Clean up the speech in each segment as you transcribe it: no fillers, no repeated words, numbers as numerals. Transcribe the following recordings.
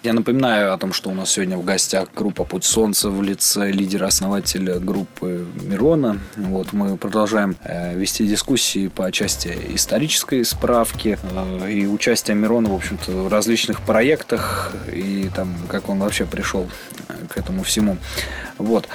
Я напоминаю о том, что у нас сегодня в гостях группа «Путь солнца» в лице лидера-основателя группы Мирона. Вот, мы продолжаем вести дискуссии по части исторической справки и участия Мирона, в общем-то, в различных проектах и там, как он вообще пришел к этому всему. Вот.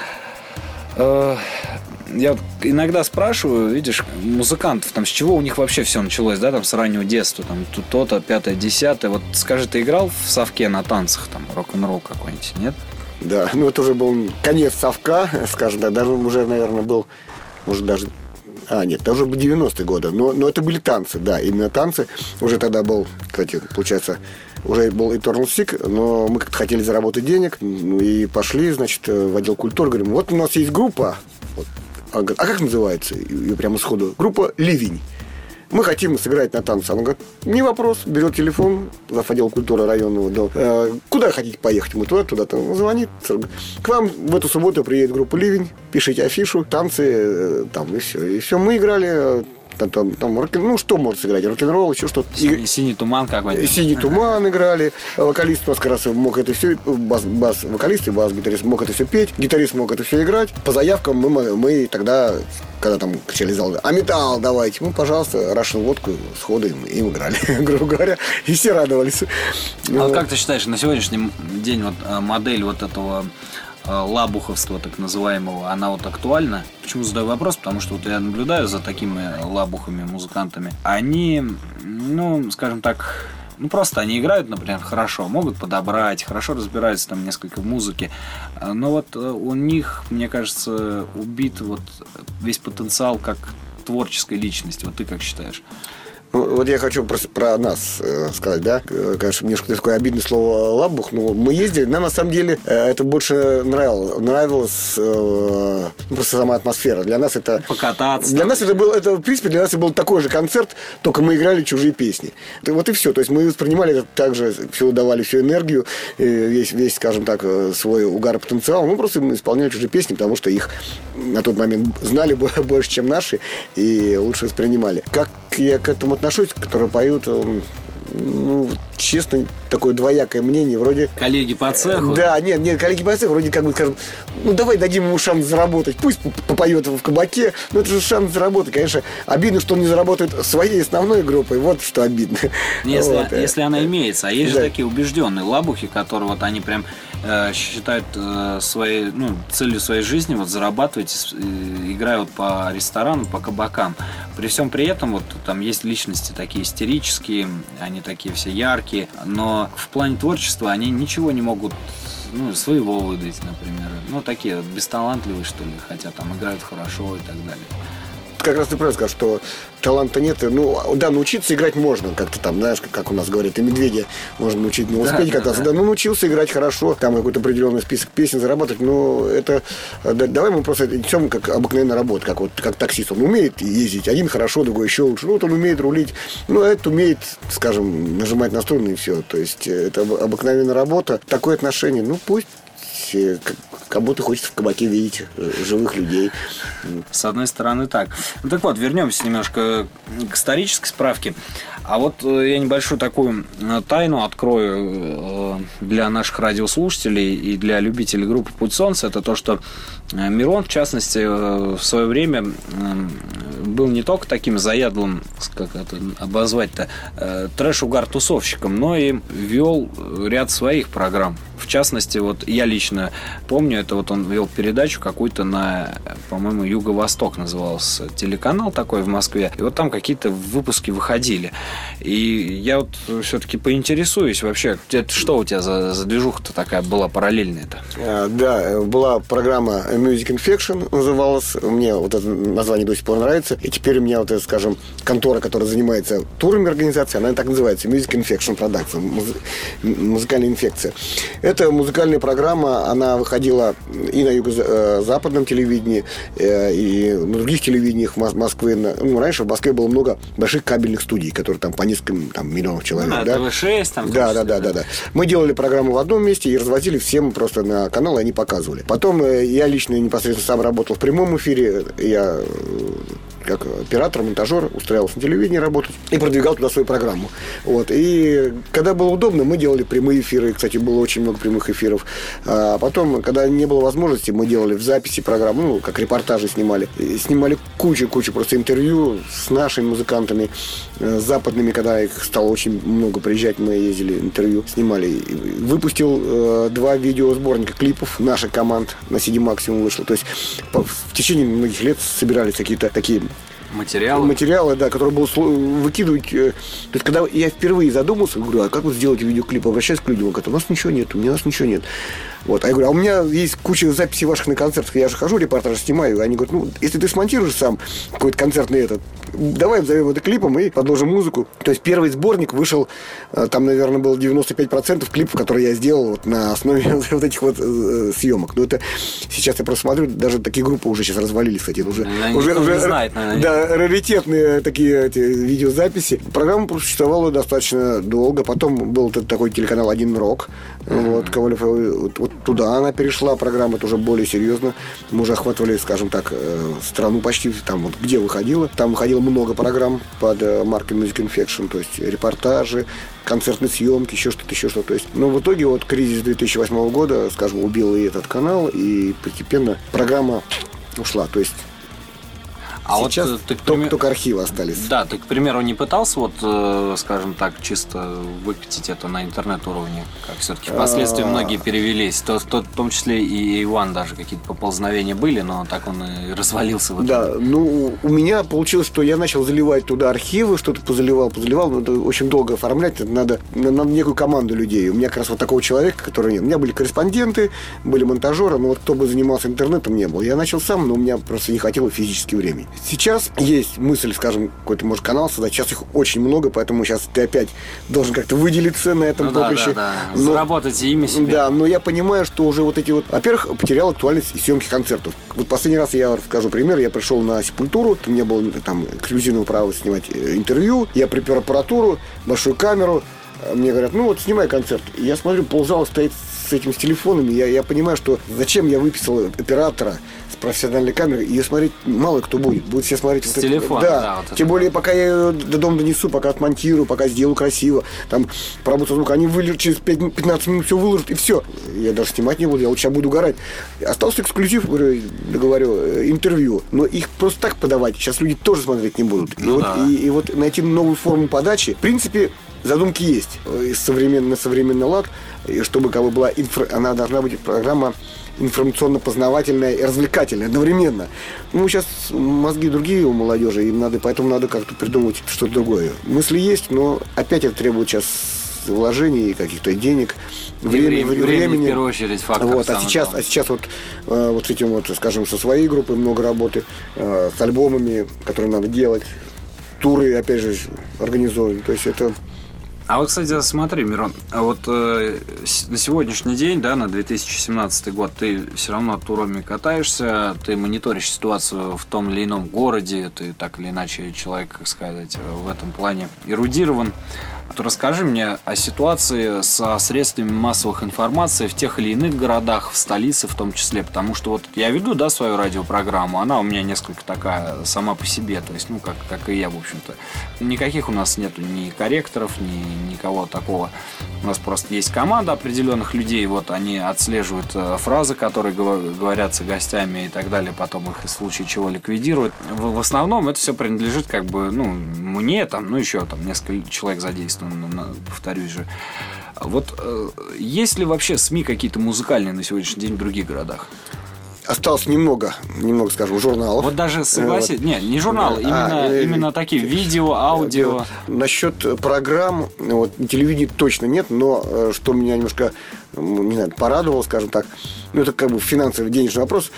Я иногда спрашиваю, видишь, музыкантов, там, с чего у них вообще все началось, да, там, с раннего детства, там, то-то, 5-е, 10-е. Вот скажи, ты играл в совке на танцах, там, рок-н-ролл какой-нибудь, нет? Да, ну это уже был конец совка, скажем так, даже уже, наверное, был, может, даже... нет, это уже был 90-е годы, но это были танцы, да, именно танцы. Уже тогда был, кстати, получается, уже был Eternal Sick, но мы как-то хотели заработать денег, и пошли, значит, в отдел культуры, говорим, вот у нас есть группа, вот. А как называется? Ее прямо сходу. Группа «Ливень». Мы хотим сыграть на танце. Она говорит, не вопрос. Берет телефон, зав. Отдела культуры районного. Куда хотите поехать? Мы туда, там звонит. К вам в эту субботу приедет группа «Ливень». Пишите афишу, танцы, там, и все. И все, мы играли... Там, ну, что может сыграть? Рок-н-ролл, еще что-то. Синий туман какой-то. Синий туман играли. Вокалист у нас как раз мог это все, вокалист и бас-гитарист мог это все петь. Гитарист мог это все играть. По заявкам мы тогда, когда там кричали из зала, а металл давайте. Мы, пожалуйста, Russian водку сходу им играли, грубо говоря. И все радовались. А вот как ты считаешь, на сегодняшний день вот модель вот этого лабуховства, так называемого, она вот актуальна? Почему задаю вопрос? Потому что вот я наблюдаю за такими лабухами, музыкантами. Они, ну, скажем так, ну, просто они играют, например, хорошо, могут подобрать, хорошо разбираются там несколько в музыке, но вот у них, мне кажется, убит вот весь потенциал как творческой личности. Вот ты как считаешь? Ну, вот я хочу про нас сказать, да. Конечно, немножко такое обидное слово «лабух», но мы ездили, нам на самом деле это больше нравилось просто сама атмосфера. Для нас это... Покататься. Для нас это был, в принципе, для нас это был такой же концерт, только мы играли чужие песни. Вот и все. То есть мы воспринимали это так же, все давали всю энергию, весь, скажем так, свой угар потенциал. Мы просто исполняли чужие песни, потому что их на тот момент знали больше, чем наши, и лучше воспринимали. Как я к этому отношусь, которые поют, ну, честно, такое двоякое мнение, вроде... Коллеги по цеху? Да, нет, коллеги по цеху, вроде как бы скажем, ну, давай дадим ему шанс заработать, пусть попоет в кабаке, но это же шанс заработать, конечно. Обидно, что он не заработает своей основной группой, вот что обидно. Если она имеется, а есть да. же такие убежденные лабухи, которые вот они прям считают своей, ну, целью своей жизни вот зарабатывать, играя вот по ресторанам, по кабакам. При всем при этом вот там есть личности такие истерические, они такие все яркие, но в плане творчества они ничего не могут, ну, своего выдать, например. Ну, такие вот бесталантливые, что ли, хотя там играют хорошо и так далее. Как раз ты правильно сказал, что таланта нет. Ну, да, научиться играть можно. Как-то там, знаешь, как у нас говорят, и медведя можно научить на успехе как раз. Да, ну, научился играть хорошо, там какой-то определенный список песен зарабатывать. Но это... Давай мы просто идем как обыкновенная работа, как таксист. Он умеет ездить, один хорошо, другой еще лучше. Ну, вот он умеет рулить. Ну, этот умеет, скажем, нажимать на струны и все. То есть, это обыкновенная работа. Такое отношение, ну, пусть... Как будто хочется в кабаке видеть живых людей. С одной стороны так. Ну так вот, вернемся немножко к исторической справке. А вот я небольшую такую тайну открою для наших радиослушателей и для любителей группы «Путь солнца». Это то, что Мирон, в частности, в свое время был не только таким заядлым, как это обозвать-то, трэш-угар-тусовщиком, но и вел ряд своих программ. В частности, вот я лично помню, это вот он вел передачу какую-то на, по-моему, Юго-Восток назывался телеканал такой в Москве. И вот там какие-то выпуски выходили. И я вот все-таки поинтересуюсь вообще, это что у тебя за движуха-то такая была параллельная-то? Да, была программа Music Infection называлась. Мне вот это название до сих пор нравится. И теперь у меня вот это, скажем, контора, которая занимается турами организации, она так называется, Music Infection Production, музыкальная инфекция. Эта музыкальная программа, она выходила и на юго-западном телевидении, и на других телевидениях Москвы. Ну, раньше в Москве было много больших кабельных студий, которые там по несколько миллионов человек. Ну, да, ТВ-6 там. Да. Мы делали программу в одном месте и развозили всем просто на канал, и они показывали. Потом я лично лично непосредственно сам работал в прямом эфире. Я как оператор, монтажер, устраивался на телевидении работать и продвигал туда свою программу. Вот. И когда было удобно, мы делали прямые эфиры. Кстати, было очень много прямых эфиров. А потом, когда не было возможности, мы делали в записи программу, ну, как репортажи снимали. И снимали кучу просто интервью с нашими музыкантами, западными, когда их стало очень много приезжать, мы ездили, интервью снимали. Выпустил 2 видеосборника клипов наших команд, на CD Maximum вышло. То есть в течение многих лет собирались какие-то такие материалы, да, которые было выкидывать. То есть, когда я впервые задумался, говорю, а как вот сделать видеоклип? Обращаюсь к людям, говорят, у нас ничего нет, у нас ничего нет. Вот. А я говорю, а у меня есть куча записей ваших на концертах, я же хожу, репортаж снимаю. Они говорят, ну, если ты смонтируешь сам какой-то концертный этот, давай назовем это клипом и подложим музыку. То есть первый сборник вышел, там, наверное, было 95% клипов, которые я сделал вот на основе вот этих вот съемок. Но это сейчас я просто смотрю, даже такие группы уже сейчас развалились, кстати. Уже не знает, наверное. Да, раритетные такие эти видеозаписи. Программа просуществовала достаточно долго. Потом был такой телеканал «Один Рок». Вот, Ковалев, вот туда она перешла, программа, это уже более серьезно. Мы уже охватывали, скажем так, страну почти, там вот где выходила. Там выходило много программ под маркой Music Infection, то есть репортажи, концертные съемки, еще что-то. То есть, но в итоге вот кризис 2008 года, скажем, убил и этот канал, и постепенно программа ушла. То есть а сейчас вот ты, только архивы остались. Да, ты, к примеру, не пытался, вот, скажем так, чисто выкатить это на интернет-уровне, как все-таки впоследствии многие перевелись, в том числе и Иван даже какие-то поползновения были, но так он и развалился. В да, ну, у меня получилось, что я начал заливать туда архивы, что-то позаливал, но это очень долго оформлять, надо некую команду людей. У меня как раз вот такого человека, который нет. У меня были корреспонденты, были монтажеры, но вот кто бы занимался интернетом, не был. Я начал сам, но у меня просто не хватило физически времени. Сейчас есть мысль, скажем, какой-то, может, канал создать. Сейчас их очень много, поэтому сейчас ты опять должен как-то выделиться на этом поприще. Да. Заработать имя себе. Да, но я понимаю, что уже вот эти вот... Во-первых, потерял актуальность съемки концертов. Вот последний раз я расскажу пример. Я пришел на Сепультуру, у меня было там эксклюзивное право снимать интервью. Я припер аппаратуру, большую камеру. Мне говорят, ну вот, снимай концерт. И я смотрю, ползала стоит с телефонами. Я понимаю, что зачем я выписал оператора с профессиональной камерой, ее смотреть мало кто будет. Будут все смотреть с телефона. Да. Вот тем более, пока я ее до дома донесу, пока отмонтирую, пока сделаю красиво, там, поработаю звук, они выложат через 15 минут, все выложат, и все. Я даже снимать не буду, я лучше буду угорать. Остался эксклюзив, говорю, интервью. Но их просто так подавать сейчас люди тоже смотреть не будут. И вот найти новую форму подачи, в принципе, задумки есть. Современный лад, и чтобы как бы была она должна быть программа информационно-познавательная и развлекательная одновременно. Ну, сейчас мозги другие у молодежи, поэтому надо как-то придумать что-то другое. Мысли есть, но опять это требует сейчас вложений, каких-то денег, времени. В первую очередь, фактор. Вот, а сейчас вот с этим вот, скажем, со своей группой много работы, с альбомами, которые надо делать, туры, опять же, организовывать. То есть это... А вот, кстати, смотри, Мирон, а вот на сегодняшний день, да, на 2017 год, ты все равно турами катаешься, ты мониторишь ситуацию в том или ином городе, ты так или иначе человек, как сказать, в этом плане эрудирован. Вот расскажи мне о ситуации со средствами массовых информации в тех или иных городах, в столице в том числе, потому что вот я веду, да, свою радиопрограмму, она у меня несколько такая сама по себе, то есть, ну, как и я, в общем-то. Никаких у нас нету ни корректоров, никого такого. У нас просто есть команда определенных людей, вот они отслеживают фразы, которые говорятся гостями и так далее, потом их в случае чего ликвидируют. В основном это все принадлежит как бы, ну, мне там, ну, еще там несколько человек задействовано, повторюсь же. Вот есть ли вообще СМИ какие-то музыкальные на сегодняшний день в других городах? Осталось немного, скажем, журналов. Вот даже согласись, вот. Не журналы, именно такие видео, аудио. Насчет программ, вот, телевидения точно нет, но что меня немножко, не знаю, порадовало, скажем так, ну, это как бы финансовый, денежный вопрос,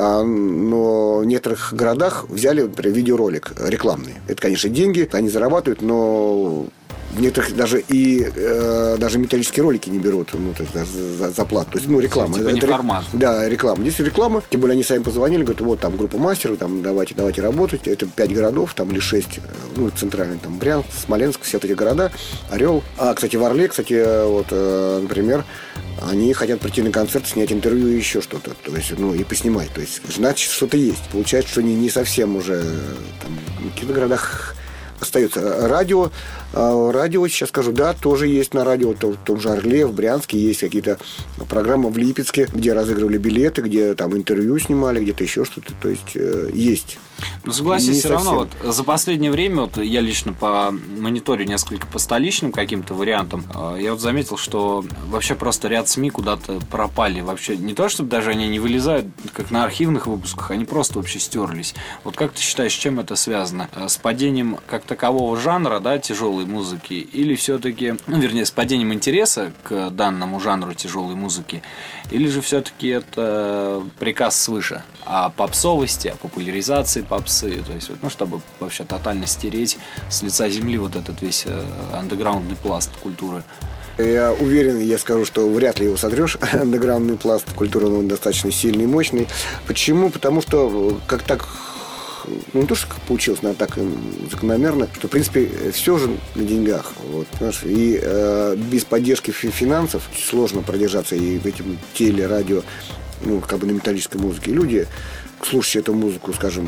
но в некоторых городах взяли, например, видеоролик рекламный. Это, конечно, деньги, они зарабатывают, но... В некоторых даже металлические ролики не берут, ну, то есть за плату. То есть, ну, реклама. Типа не формат. Да, реклама. Здесь реклама. Тем более они сами позвонили, говорят, вот там группа мастеров, там давайте работать. Это 5 городов, там или 6, ну, центральный, там Брянск, Смоленск, все эти города, Орел. Кстати, в Орле, вот, например, они хотят прийти на концерт, снять интервью и еще что-то. То есть, ну, и поснимать. То есть, значит, что-то есть. Получается, что не совсем уже там, в каких-то городах остается радио. Радио, сейчас скажу, да, тоже есть на радио. В том же Орле, в Брянске есть какие-то программы в Липецке, где разыгрывали билеты, где там интервью снимали, где-то еще что-то. То есть, есть. Ну, согласись, все равно вот за последнее время вот я лично по мониторю несколько по столичным каким-то вариантам, я вот заметил, что вообще просто ряд СМИ куда-то пропали. Вообще не то, чтобы даже они не вылезают, как на архивных выпусках, они просто вообще стерлись. Вот как ты считаешь, с чем это связано? С падением как такового жанра, да, тяжелой музыки, или все-таки, ну, вернее, с падением интереса к данному жанру тяжелой музыки, или же все-таки это приказ свыше о попсовости, о популяризации попсы, то есть, ну, чтобы вообще тотально стереть с лица земли вот этот весь андеграундный пласт культуры. Я уверен, я скажу, что вряд ли его сотрешь, андеграундный пласт культуры, он достаточно сильный и мощный. Почему? Потому что как так, ну, не то, что получилось, но так закономерно, что, в принципе, все же на деньгах. Вот, и без поддержки финансов сложно продержаться и в этом теле, радио, ну, как бы на металлической музыке. Люди, слушающие эту музыку, скажем,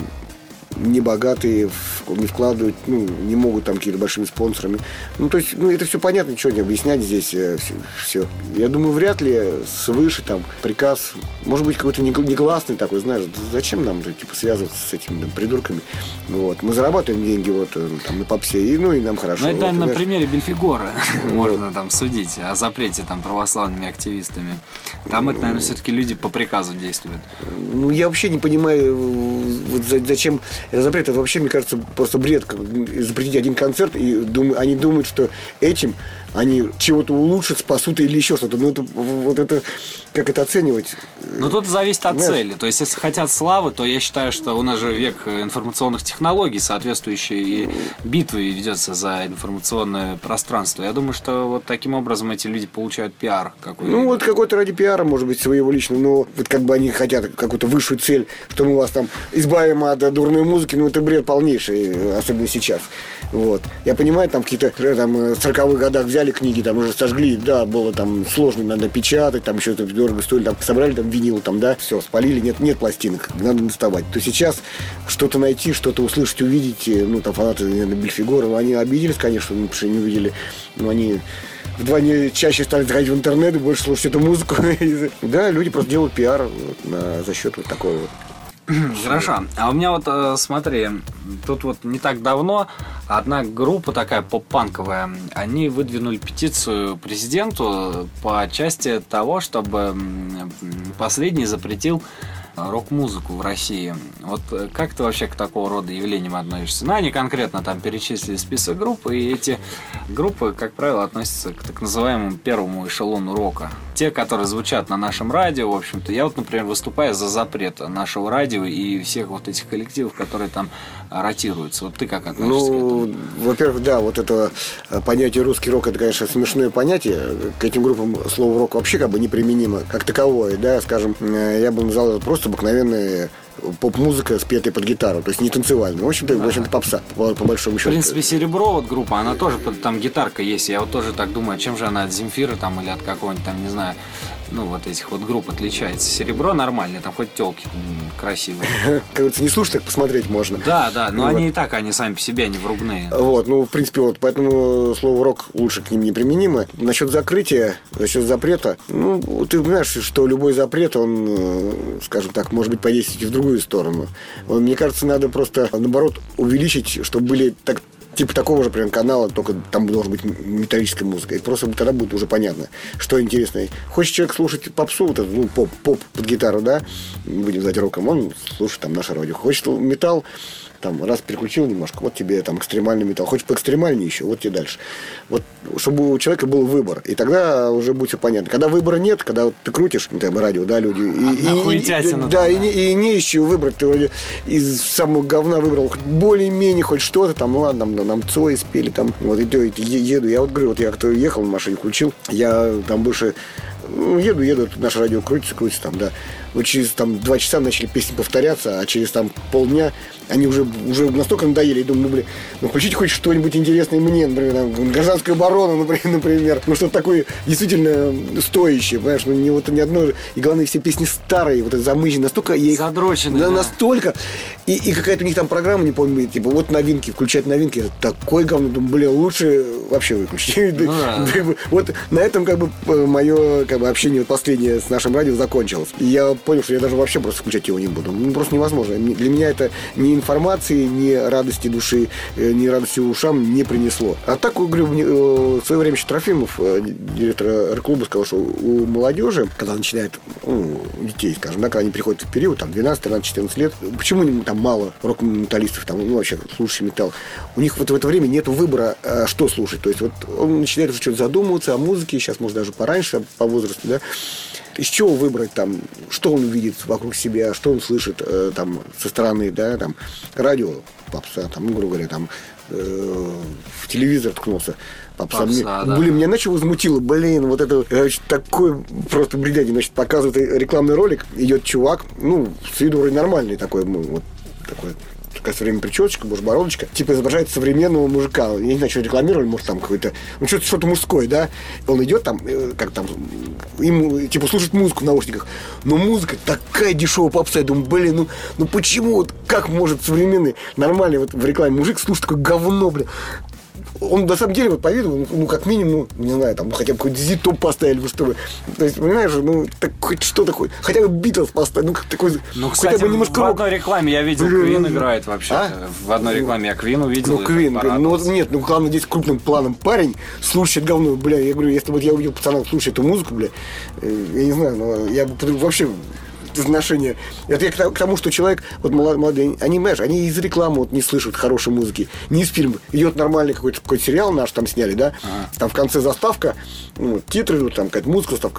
не богатые, не вкладывают, ну, не могут там какими-то большими спонсорами. Ну, то есть, ну, это все понятно, ничего не объяснять здесь. Все. Я думаю, вряд ли свыше там приказ, может быть, какой-то негласный такой, знаешь, зачем нам типа связываться с этими там, придурками. Вот. Мы зарабатываем деньги вот там на попсе, и, ну, и нам хорошо. Ну, это вот, на примере Бельфигора можно там судить о запрете там православными активистами. Там это, наверное, все-таки люди по приказу действуют. Ну, я вообще не понимаю, вот зачем это запрет. Это вообще, мне кажется, просто бред. Запретить один концерт, и они думают, что этим они чего-то улучшат, спасут или еще что-то. Ну, это, вот это, как это оценивать? Ну, тут зависит от цели. То есть, если хотят славы, то я считаю, что у нас же век информационных технологий, соответствующие и битвы ведется за информационное пространство. Я думаю, что вот таким образом эти люди получают пиар какой-то. Ну, вот какой-то ради пиара, может быть, своего личного. Но вот как бы они хотят какую-то высшую цель, что мы вас там избавим от дурной музыки. Ну, это бред полнейший, особенно сейчас. Вот. Я понимаю, там какие-то там 40-х годах взяли книги, там уже сожгли, да, было там сложно, надо печатать, там еще это дорого стоили, там собрали там винил, там, да, все, спалили, нет пластинок, надо доставать. То сейчас что-то найти, что-то услышать, увидеть, ну, там фанаты, наверное, Бельфигора, они обиделись, конечно, потому что не увидели, но они вдвойне чаще стали заходить в интернет и больше слушать эту музыку. Да, люди просто делают пиар за счет вот такого вот. Хорошо. А у меня вот, смотри, тут вот не так давно одна группа такая поп-панковая, они выдвинули петицию президенту по части того, чтобы последний запретил рок-музыку в России. Вот как ты вообще к такого рода явлениям относишься? Ну, они конкретно там перечислили список групп, и эти группы, как правило, относятся к так называемому первому эшелону рока. Те, которые звучат на нашем радио, в общем-то. Я вот, например, выступаю за запрет нашего радио и всех вот этих коллективов, которые там ротируются. Вот ты как относишься к этому? Во-первых, да, вот это понятие русский рок, это, конечно, смешное понятие. К этим группам слово рок вообще как бы неприменимо как таковое, да, скажем, я бы назвал это просто обыкновенная поп-музыка, спетая под гитару, то есть не танцевальная. В общем-то, попса, по большому счету. В принципе, Серебро, вот группа, она тоже, там гитарка есть. Я вот тоже так думаю, чем же она от Земфира там или от какого-нибудь там, не знаю, ну, вот этих вот групп отличается. Серебро нормальное, там хоть тёлки красивые. Как говорится, не слушать, так посмотреть можно. Да, но они и так, они сами по себе, они врубные. Вот, ну, в принципе, вот, поэтому слово рок лучше к ним не применимо. Насчет закрытия, насчет запрета, ну, ты знаешь, что любой запрет, он, скажем так, может быть подействовать и в другую сторону. Мне кажется, надо просто, наоборот, увеличить, чтобы были типа такого же прям канала, только там должна быть металлическая музыка. И просто тогда будет уже понятно, что интересно. Хочет человек слушать попсу, вот, ну, поп под гитару, да, будем звать роком, он слушает там наше радио. Хочет металл, там, раз переключил немножко, вот тебе там экстремальный металл. Хочешь поэкстремальнее еще, вот тебе дальше. Вот, чтобы у человека был выбор. И тогда уже будет все понятно. Когда выбора нет, когда вот ты крутишь, там, радио, да, люди, и не ищу выбрать. Ты вроде из самого говна выбрал более-менее хоть что-то, там, ладно, нам Цои спели, там, вот, и еду. Я вот говорю, вот я как-то ехал, в машине включил, я там больше еду, тут наше радио крутится, там, да. вот через там 2 часа начали песни повторяться, а через там полдня они уже настолько надоели. И думаю, включите хоть что-нибудь интересное мне, например, там, гражданскую оборону, например. Что-то такое действительно стоящее, понимаешь? Не одно. И главное, все песни старые, вот это замыщенные, настолько я их... Задроченные, да. Настолько. И какая-то у них там программа, не помню, типа, вот новинки, включать новинки. Это такой говно. Думаю, лучше вообще выключить. Вот на этом мое общение последнее с нашим радио закончилось. И я понял, что я даже вообще просто включать его не буду. Просто невозможно. Для меня это ни информации, ни радости души, ни радости ушам не принесло. А так, говорю, в свое время еще Трофимов, директор рэп-клуба, сказал, что у молодежи, когда начинает, детей, скажем, да, когда они приходят в период, там, 12, 13, 14 лет, почему там мало рок-металлистов, там, вообще слушающих металл, у них вот в это время нет выбора, что слушать. То есть вот он начинает уже что-то задумываться о музыке, сейчас, может, даже пораньше, по возрасту, да, из чего выбрать, там, что он увидит вокруг себя, что он слышит там, со стороны, да, там, радио, попса, там, грубо говоря, там, в телевизор ткнулся. Попса, да. Меня начало возмутило, вот это, такой просто бредяди, показывает рекламный ролик, идет чувак, с виду вроде нормальный такой, вот такой. Такая современная причесочка, может, бородочка, типа изображает современного мужика. Я не знаю, что рекламировали, может, там какой-то, что-то мужское, да. Он идет там, как там, ему, типа, слушает музыку в наушниках. Но музыка такая дешевая попса. Я думаю, почему, вот как может современный, нормальный вот в рекламе мужик слушать такое говно, Он, на самом деле, вот по виду, как минимум, не знаю, там, хотя бы какой-то Z-топ поставили, чтобы... То есть, понимаешь, так, хоть что такое, хотя бы Битлз поставили, такой... кстати, хотя бы немножко... в одной рекламе я видел, Квин играет вообще. В одной рекламе я Квин увидел. Квин, нет, главное, здесь крупным планом парень слушает говно, я говорю, если бы я увидел пацана слушать эту музыку, я не знаю, но я бы вообще... отношения. Это я к тому, что человек, вот молодые, они из рекламы вот не слышат хорошей музыки, не из фильма. Идет нормальный какой-то сериал наш там сняли, да, там в конце заставка, титры идут, там какая-то музыка, заставка,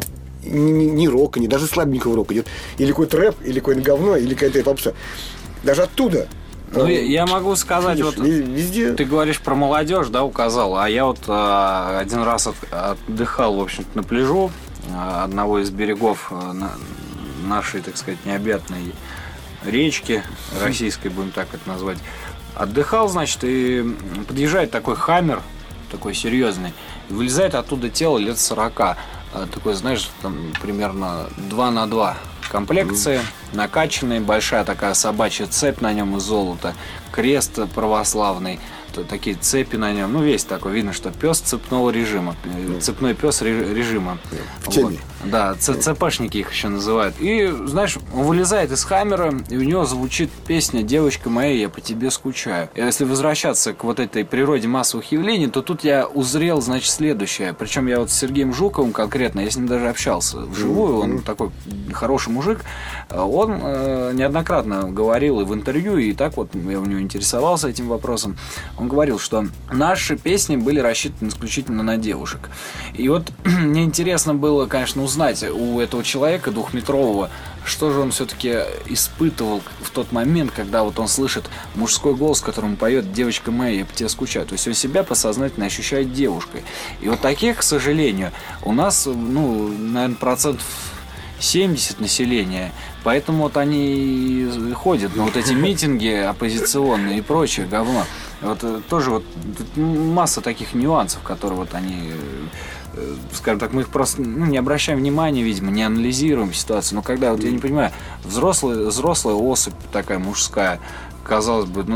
не рока, не даже слабенького рока идет, или какой-то рэп, или какое-то говно, или какая-то попса. Даже оттуда. Я могу сказать, видишь, вот везде. Ты говоришь про молодежь, да, указал, а я вот один раз отдыхал, в общем-то, на пляжу одного из берегов нашей, так сказать, необъятной речки российской, будем так это назвать. Отдыхал, значит, и подъезжает такой хаммер, такой серьезный, и вылезает оттуда тело лет 40. Такой, знаешь, там примерно 2х2 комплекции, накачанный, большая такая собачья цепь на нем из золота, крест православный, такие цепи на нем, весь такой, видно, что пес цепного режима, цепной пес режима. В теме. Вот. Да, ЦПшники их еще называют. И, знаешь, он вылезает из хаммера, и у него звучит песня «Девочка моя, я по тебе скучаю». И если возвращаться к вот этой природе массовых явлений, то тут я узрел, значит, следующее. Причем я вот с Сергеем Жуковым конкретно, я с ним даже общался вживую, он такой хороший мужик. Он неоднократно говорил и в интервью, и так вот я у него интересовался этим вопросом. Он говорил, что наши песни были рассчитаны исключительно на девушек. И вот мне интересно было, конечно, узнать у этого человека двухметрового, что же он все-таки испытывал в тот момент, когда вот он слышит мужской голос, которым поет «Девочка моя, я по тебе скучаю». То есть он себя подсознательно ощущает девушкой. И вот таких, к сожалению, у нас, наверное, 70% населения. Поэтому вот они ходят на вот эти митинги оппозиционные и прочее говно. Вот тоже вот масса таких нюансов, которые вот они, скажем так, мы их просто не обращаем внимания, видимо, не анализируем ситуацию. Но когда, вот я не понимаю, взрослая особь такая мужская, казалось бы,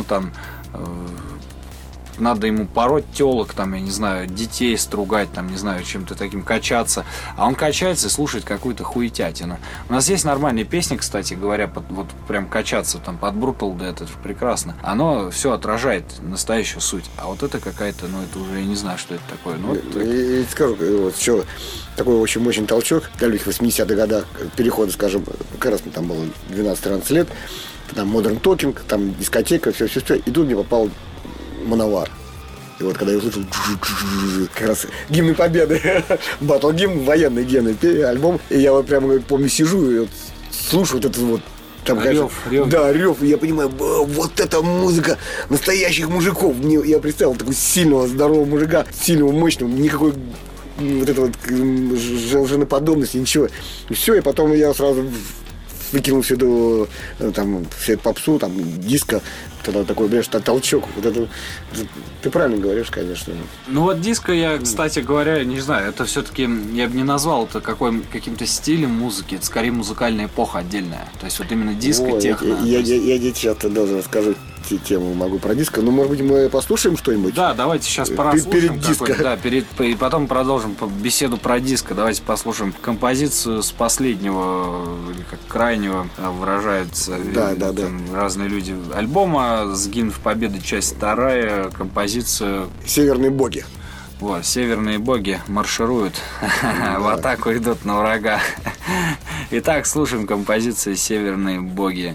надо ему пороть телок, там, я не знаю, детей стругать, там, не знаю, чем-то таким качаться. А он качается и слушает какую-то хуетятину. У нас есть нормальные песни, кстати говоря, вот прям качаться там под Brutal Dead, это прекрасно. Оно все отражает настоящую суть. А вот это какая-то, это уже я не знаю, что это такое. Я скажу, вот что такой очень мощный толчок для них в 80-х годах перехода, скажем, как раз там было 12-13 лет, там Modern Talking, там дискотека, все. И тут мне попал Мановар. И вот когда я услышал как раз гимн Победы, батл гимн, военный гимн, альбом, и я вот прямо, помню, сижу и вот слушаю вот этот вот там, рев. Да, рев, и я понимаю, вот эта музыка настоящих мужиков. Я представил такого сильного, здорового мужика, сильного, мощного, никакой вот этой вот женоподобности, ничего. И все, и потом я сразу выкинул всю эту, там, всю эту попсу, там, диско, тогда такой, знаешь, толчок. Вот это, ты правильно говоришь, конечно. Ну вот диско я, кстати говоря, не знаю, это все-таки, я бы не назвал это каким-то стилем музыки, это скорее музыкальная эпоха отдельная. То есть вот именно диско, техно. Я сейчас даже расскажу тему могу про диско. Ну, может быть, мы послушаем что-нибудь? Да, давайте сейчас прослушаем. Перед диско. Да, и потом продолжим беседу про диско. Давайте послушаем композицию с последнего, как крайнего выражаются разные люди альбома «Сгин в победу», часть 2, композицию «Северные боги». Вот, северные боги маршируют, в атаку идут на врага. Итак, слушаем композицию «Северные боги».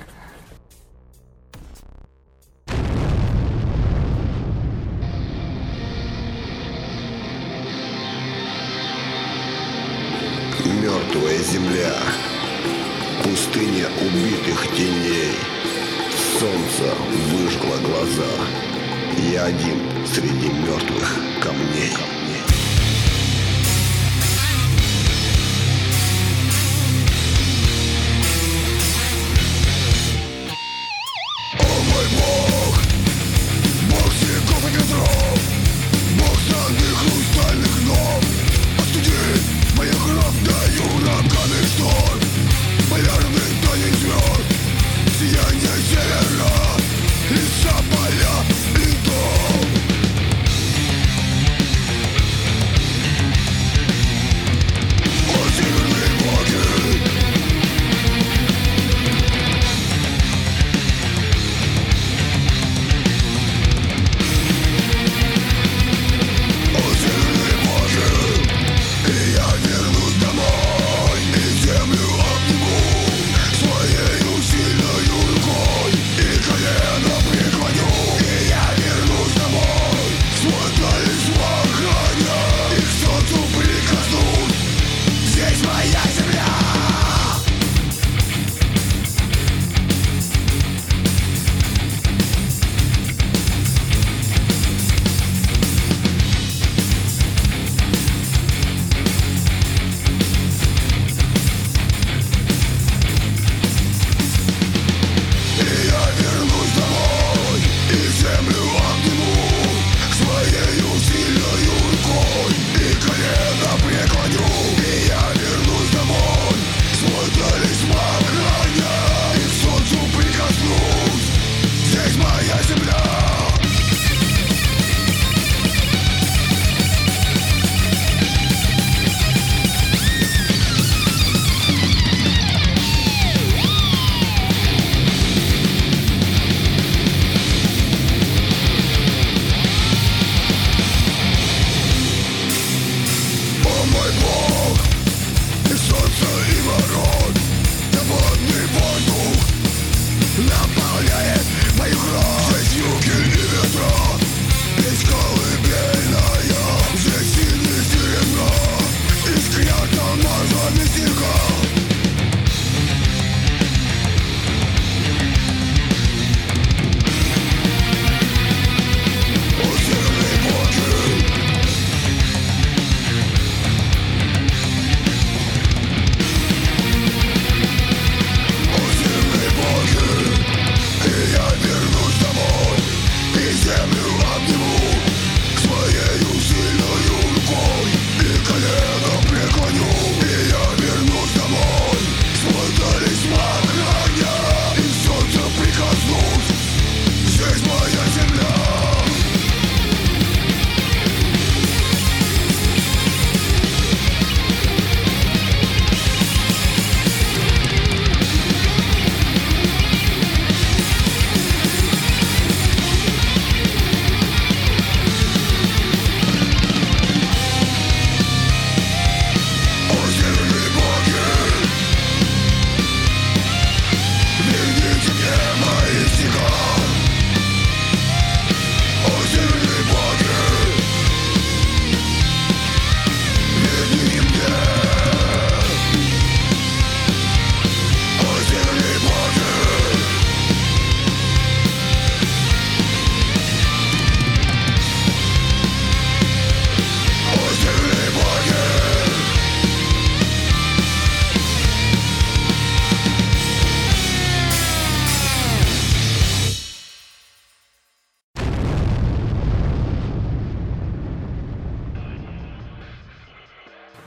Мертвая земля, пустыня убитых теней. Солнце выжгло глаза. Я один среди мертвых камней. О мой Бог, Бог снегов и ветров, Бог страны хрустальных ног, остуди моих равною ураганный шторм, полярный тонет звезд, сияние севера, из-за поля льдов.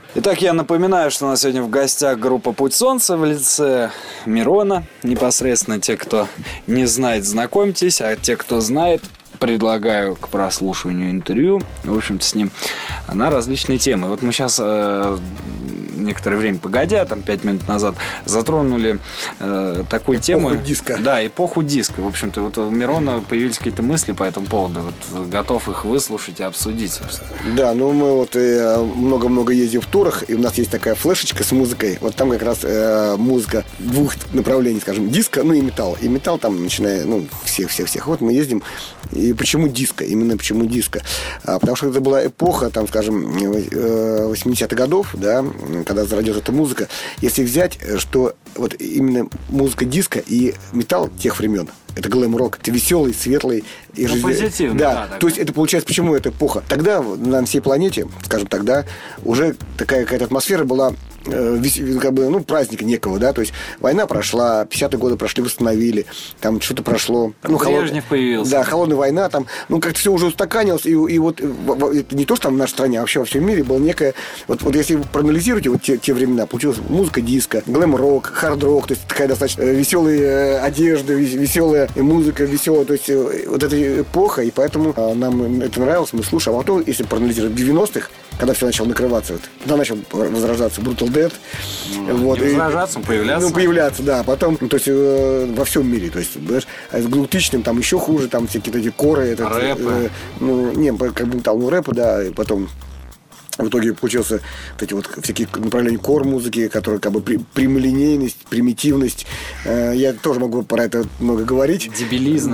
Итак, я напоминаю, что у нас сегодня в гостях группа «Путь солнца» в лице Мирона. Непосредственно те, кто не знает, знакомьтесь, а те, кто знает, предлагаю к прослушиванию интервью, в общем-то, с ним на различные темы. Вот мы сейчас некоторое время погодя, там 5 минут назад, затронули такую тему. Эпоху диска. Да, эпоху диска. В общем-то, вот у Мирона появились какие-то мысли по этому поводу. Вот, готов их выслушать и обсудить, собственно. Да, ну мы вот много-много ездим в турах, и у нас есть такая флешечка с музыкой. Вот там как раз музыка двух направлений, скажем, диско, ну и металл. И металл там, начиная, ну, всех. Вот мы ездим. И почему диско? Именно почему диско? Потому что это была эпоха, там, скажем, 80-х годов, да, когда зародилась эта музыка. Если взять, что вот именно музыка диско и металл тех времен, это глэм-рок, это веселый, светлый и позитивный. Да, то есть это получается, почему эта эпоха? Тогда на всей планете, скажем, тогда уже такая какая-то атмосфера была, как бы, ну, праздника некого, да, то есть война прошла, 50-е годы прошли, восстановили, там что-то прошло. Ну, Брежнев появился. Да, холодная война, там, ну, как-то все уже устаканилось, и вот это не то, что там в нашей стране, а вообще во всем мире было некое, вот если вы проанализируете вот те времена, получилась музыка диско, глэм-рок, хард-рок, то есть такая достаточно веселая одежда, веселая музыка, веселая, то есть вот эта эпоха, и поэтому нам это нравилось, мы слушаем. А потом, если проанализировать 90-х, когда все начало накрываться, вот, когда начал возрождаться Brutal Dead. Вот, не возрождаться, появляться. Ну, появляться, да. Потом, ну, то есть во всем мире. То есть, знаешь, с глутичным там еще хуже, там всякие эти коры. Рэпы. Ну, не, как бы металл, ну, рэпы, да, и потом... В итоге получился вот эти вот всякие направления кор-музыки, которые как бы прямолинейность, примитивность. Я тоже могу про это много говорить. Дебилизм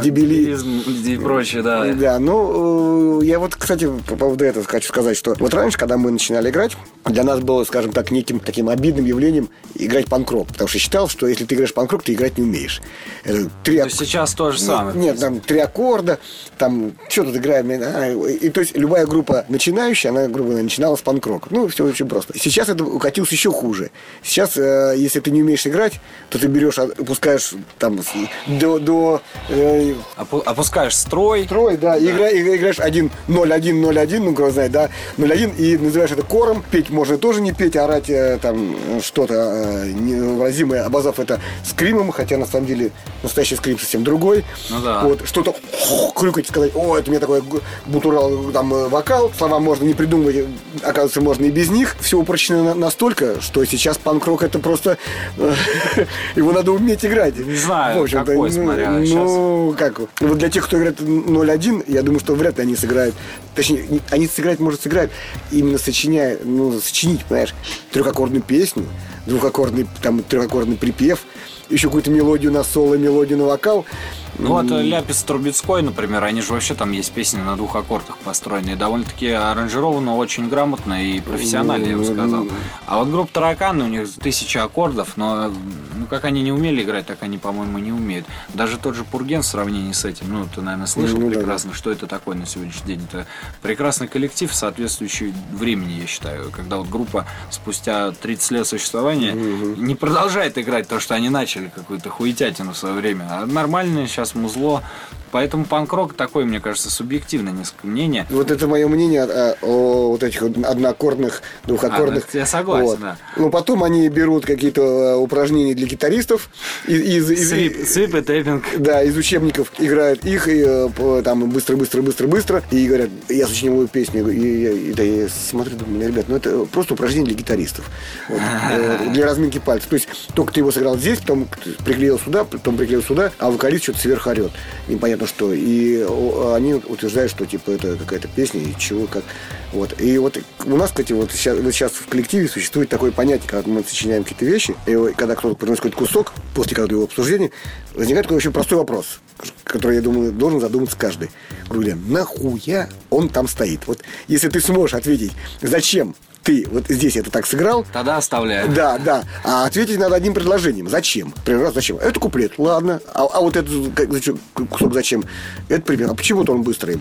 и прочее, да. Да, ну, я вот, кстати, по поводу этого хочу сказать, что вот раньше, когда мы начинали играть, для нас было, скажем так, неким таким обидным явлением играть панк-рок. Потому что считал, что если ты играешь панк-рок, ты играть не умеешь. Это сейчас то же самое. Нет, там 3 аккорда, там что тут играем. И то есть любая группа начинающая, она, грубо говоря, начинала с панк-рока. Ну, все очень просто. Сейчас это укатилось еще хуже. Сейчас, если ты не умеешь играть, то ты берешь, опускаешь там опускаешь строй. Строй, да, и играешь 1-0-1-0-1, ну, кто знает, да, 0-1, и называешь это кором. Петь можно тоже не петь, орать там что-то невыразимое, обозвав это скримом, хотя на самом деле настоящий скрим совсем другой. Ну да. Вот, что-то хрюкать, сказать, о, это у меня такой бутурал там вокал, слова можно не придумывать, оказывается, можно и без них. Все упрощено настолько, что сейчас панк-рок это просто его надо уметь играть. Не знаю, какой, смотря ну, как, вот для тех, кто играет 0-1, я думаю, что вряд ли они сыграют. Точнее, они сыграть, может, сыграют, именно сочинить, понимаешь, трехаккордную песню, двухаккордный, там, трехаккордный припев, еще какую-то мелодию на соло, мелодию на вокал. Ну вот Ляпис Трубецкой, например, они же вообще там есть песни на 2 аккордах построенные, довольно-таки аранжировано очень грамотно и профессионально, я бы сказал. А вот группа Тараканы, у них 1000 аккордов, но как они не умели играть, так они, по-моему, не умеют. Даже тот же Пурген в сравнении с этим, ну, ты, наверное, слышал прекрасно, что это такое на сегодняшний день. Это прекрасный коллектив, соответствующий времени, я считаю, когда вот группа спустя 30 лет существования не продолжает играть то, что они начали какую-то хуетятину в свое время, а нормальные сейчас музло. Поэтому панк-рок такое, мне кажется, субъективное несколько мнение. Вот это мое мнение о вот этих одноаккордных, двухаккордных. Я согласен, вот. да. Но потом они берут какие-то упражнения для гитаристов свип и тэппинг. Да, из учебников играют их и там быстро, и говорят, я сочинил песню, и я смотрю, думаю, ребят, ну это просто упражнение для гитаристов, вот, для разминки пальцев. То есть только ты его сыграл здесь, потом приклеил сюда, а вокалист что-то сверху орет. Непонятно что. И они утверждают, что типа это какая-то песня и чего, как. Вот. И вот у нас, кстати, вот сейчас в коллективе существует такое понятие, когда мы сочиняем какие-то вещи, и когда кто-то приносит какой-то кусок, после каждого его обсуждения, возникает такой очень простой вопрос, который, я думаю, должен задуматься каждый. Говорю, нахуя он там стоит? Вот если ты сможешь ответить, зачем ты вот здесь это так сыграл, тогда оставляю. Да. А ответить надо одним предложением. Зачем? Пример, зачем? Это куплет, ладно. А вот этот кусок зачем? Это пример. А почему-то он быстрый.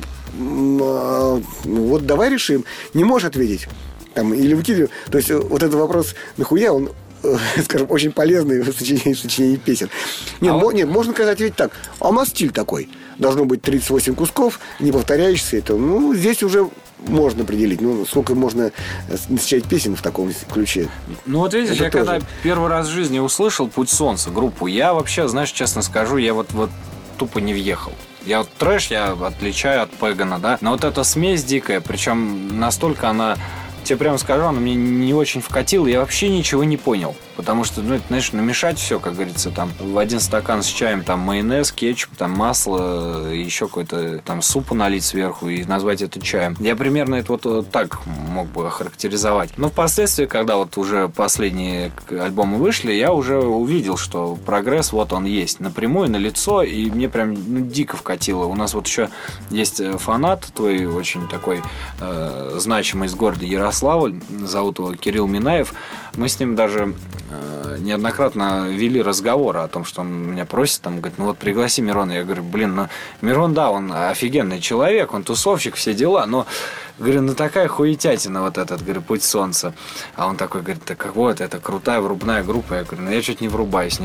Вот давай решим. Не можешь ответить. Там, или выкидываем. То есть вот этот вопрос, нахуя он скажем, очень полезные в сочинении песен. Нет, можно сказать ведь так. А у нас стиль такой. Должно быть 38 кусков, не повторяющихся. Это, здесь уже можно определить. Сколько можно сочинять песен в таком ключе. Вот видишь, это я тоже. когда первый раз в жизни услышал «Путь солнца», группу, я вообще, знаешь, честно скажу, я вот тупо не въехал. Я вот трэш я отличаю от Пэгана, да. Но вот эта смесь дикая, причем настолько она... Тебе прямо скажу, она мне не очень вкатила, я вообще ничего не понял. Потому что, это, знаешь, намешать все, как говорится, там, в один стакан с чаем, там, майонез, кетчуп, там, масло, еще какой-то, там, супа налить сверху и назвать это чаем. Я примерно это вот так мог бы охарактеризовать. Но впоследствии, когда вот уже последние альбомы вышли, я уже увидел, что прогресс вот он есть. Напрямую, на лицо, и мне прям дико вкатило. У нас вот еще есть фанат твой, очень такой значимый из города Ярославль, зовут его Кирилл Минаев. Мы с ним даже неоднократно вели разговоры о том, что он меня просит, там, говорит, пригласи Мирона. Я говорю, Мирон, да, он офигенный человек, он тусовщик, все дела, но, говорю, такая хуетятина вот этот, говорю, «Путь солнца». А он такой, говорит, так вот, это крутая врубная группа. Я говорю, я чуть не врубаюсь.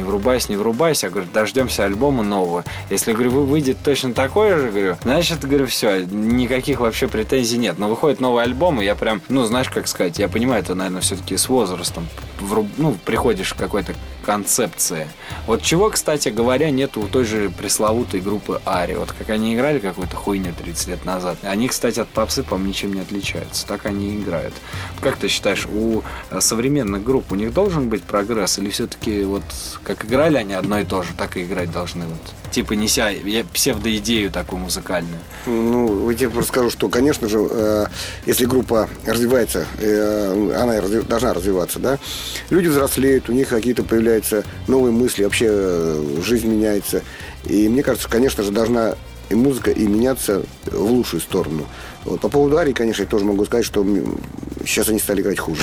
Я говорю, дождемся альбома нового. Если, говорю, выйдет точно такой же, говорю, значит, говорю, все, никаких вообще претензий нет. Но выходит новый альбом, и я прям, знаешь, как сказать, я понимаю, это, наверное, все-таки с возрастом приходишь к какой-то концепции. Вот чего, кстати говоря, нету у той же пресловутой группы Ари. Вот как они играли какую-то хуйню 30 лет назад. Они, кстати, от попсы, по-моему, ничем не отличаются. Так они играют. Как ты считаешь, у современных групп у них должен быть прогресс? Или все-таки вот как играли они одно и то же, так и играть должны? Типа неся псевдоидею такую музыкальную. Я тебе просто скажу, что, конечно же, если группа развивается, она должна развиваться, да, люди взрослеют, у них какие-то появляются новые мысли, вообще жизнь меняется. И мне кажется, конечно же, должна и музыка и меняться в лучшую сторону. По поводу Арии, конечно, я тоже могу сказать, что сейчас они стали играть хуже.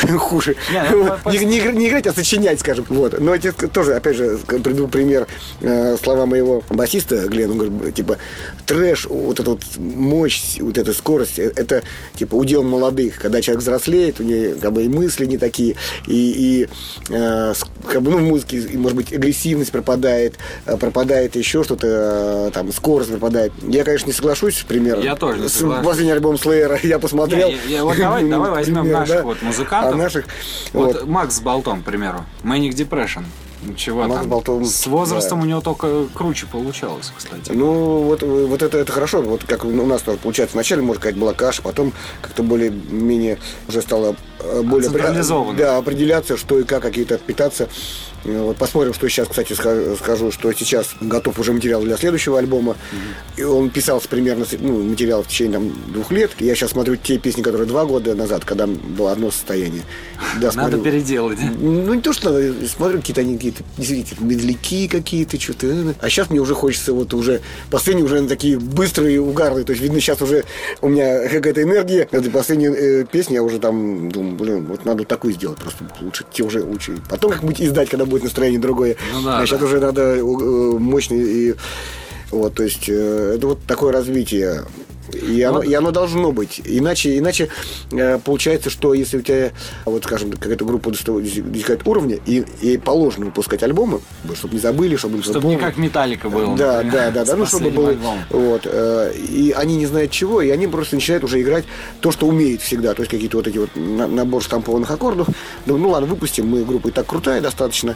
Не играть, а сочинять, скажем. Но я тоже, опять же, приду пример слова моего басиста Глена. Он говорит, типа, трэш, вот эта вот мощь, вот эта скорость, это, типа, удел молодых. Когда человек взрослеет, у него, как бы, и мысли не такие, и как бы, в музыке, может быть, агрессивность пропадает еще что-то, там, скорость пропадает. Я, конечно, не соглашусь, пример. Я тоже не соглашусь. Последний альбом Slayer я посмотрел. Давай возьмем наших музыкантов. Наших, Макс Болтон, к примеру. Manic Depression. Чего Макс там? Болтон, с возрастом у него только круче получалось, кстати. Вот это хорошо. Вот как у нас тоже получается. Вначале, может, какая-то была каша, потом как-то более-менее уже стало более централизованно. Да, определяться, что и как, какие-то питаться. Посмотрим, что сейчас, кстати, скажу, что сейчас готов уже материал для следующего альбома. И он писался примерно, материал в течение 2 лет. Я сейчас смотрю те песни, которые 2 года назад, когда было одно состояние. Да, надо переделать. Не то, что надо, смотрю, какие-то действительно медляки какие-то, что-то. А сейчас мне уже хочется уже последние уже такие быстрые, угарные. То есть, видно, сейчас уже у меня какая-то энергия. Это последняя песня, я уже там думаю, вот надо такую сделать. Просто лучше. Потом как-нибудь издать, когда будет настроение другое. Сейчас уже надо мощный. То есть, это вот такое развитие. И оно должно быть. Иначе получается, что если у тебя, скажем, какая-то группа достигает уровня, и положено выпускать альбомы, чтобы не забыли, чтобы не как Металлика было. Да, чтобы было. И они не знают чего, и они просто начинают уже играть то, что умеют всегда. То есть какие-то вот эти вот набор штампованных аккордов. Ладно, выпустим, мы группа и так крутая достаточно.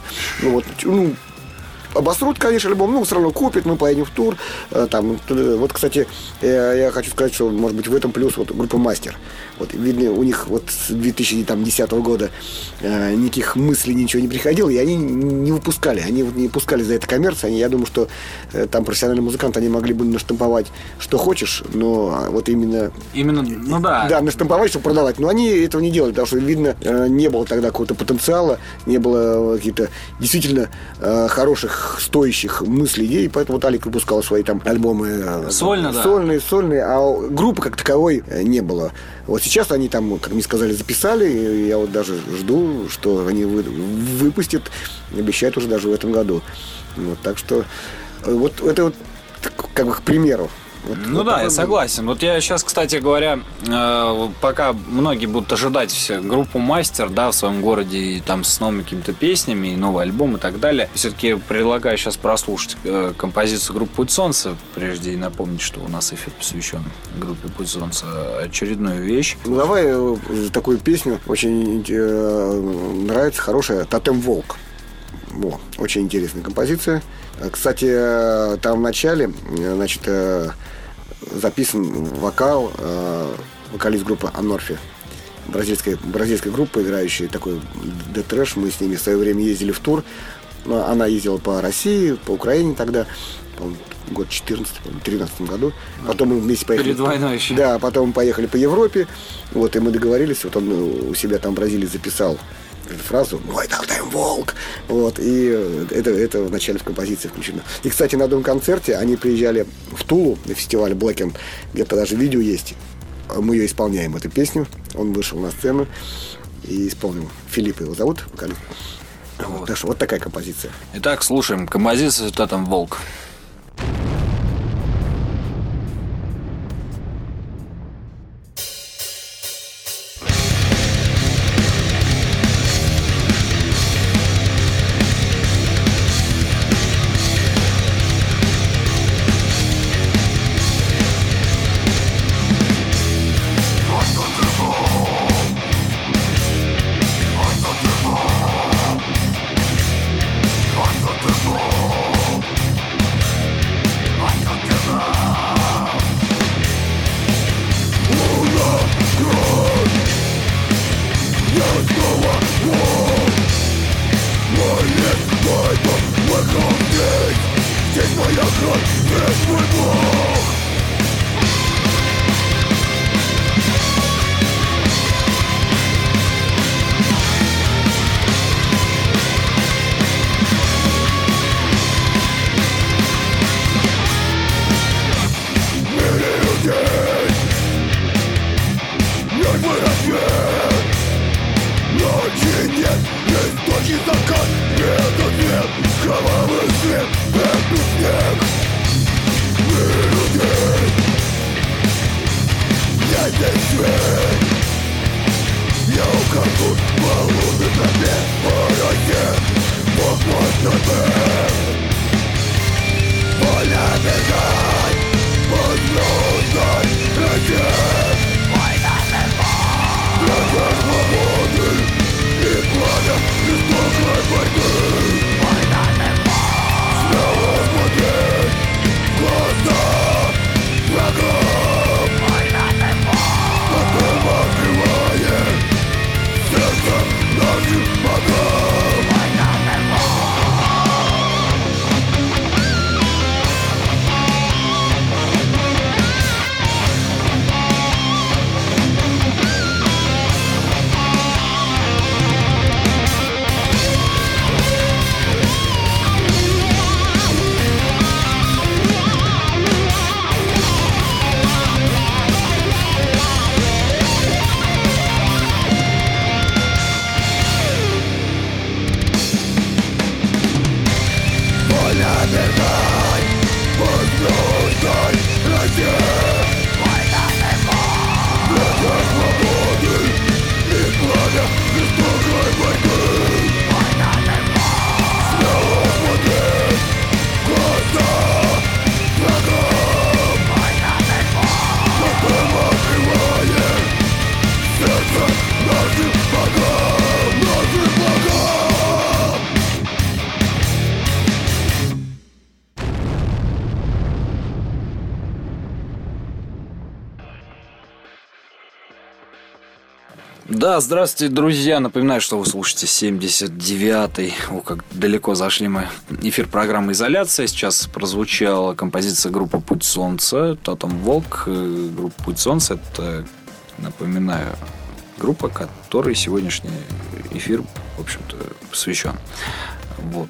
Обосрут, конечно, альбом, все равно купят, мы поедем в тур. Кстати, я хочу сказать, что, может быть, в этом плюс группа «Мастер». Видно, у них с 2010 года никаких мыслей, ничего не приходило, и они не выпускали. Они не пускали за это коммерцию. Я думаю, что там профессиональные музыканты, они могли бы наштамповать, что хочешь, но именно, да, наштамповать, чтобы продавать. Но они этого не делали, потому что, видно, не было тогда какого-то потенциала, не было каких-то действительно хороших, стоящих мыслей, идей, поэтому Алик выпускал свои там альбомы сольные, а группы как таковой не было. Сейчас они там, как мне сказали, записали, и я даже жду, что они выпустят, обещают уже даже в этом году. Так что это как бы к примеру. Ну да, я согласен. Вот я сейчас, кстати говоря, пока многие будут ожидать группу «Мастер», да, в своем городе и там с новыми какими-то песнями, и новый альбом и так далее, все-таки предлагаю сейчас прослушать композицию группы «Путь солнца», прежде и напомнить, что у нас эфир посвящен группе «Путь солнца», очередную вещь. Ну, давай такую песню, очень нравится, хорошая, «Тотем волк». Во, очень интересная композиция. Кстати, там в начале, значит, записан вокал, вокалист группы Анорфи, бразильская группа, играющая такой дэт-трэш. Мы с ними в свое время ездили в тур. Она ездила по России, по Украине тогда, по-моему, год 14, в 13 году. Потом мы вместе поехали. Перед войной еще. Да, потом мы поехали по Европе. Вот, и мы договорились, вот он у себя там в Бразилии записал фразу «Мой тотем волк». Вот, и это в начале в композиции включено. И, кстати, на одном концерте они приезжали в Тулу на фестивале Blacken, где-то даже видео есть. Мы ее исполняем, эту песню. Он вышел на сцену и исполнил. Филипп его зовут, вокалист. Вот. Так что вот такая композиция. Итак, слушаем композицию «Тотем волк». Да, здравствуйте, друзья. Напоминаю, что вы слушаете 79-й. Как далеко зашли мы. Эфир программы «Изоляция». Сейчас прозвучала композиция группы «Путь солнца», «Тотем волк». Группа «Путь солнца» — это, напоминаю, группа, которой сегодняшний эфир, в общем-то, посвящен. Вот.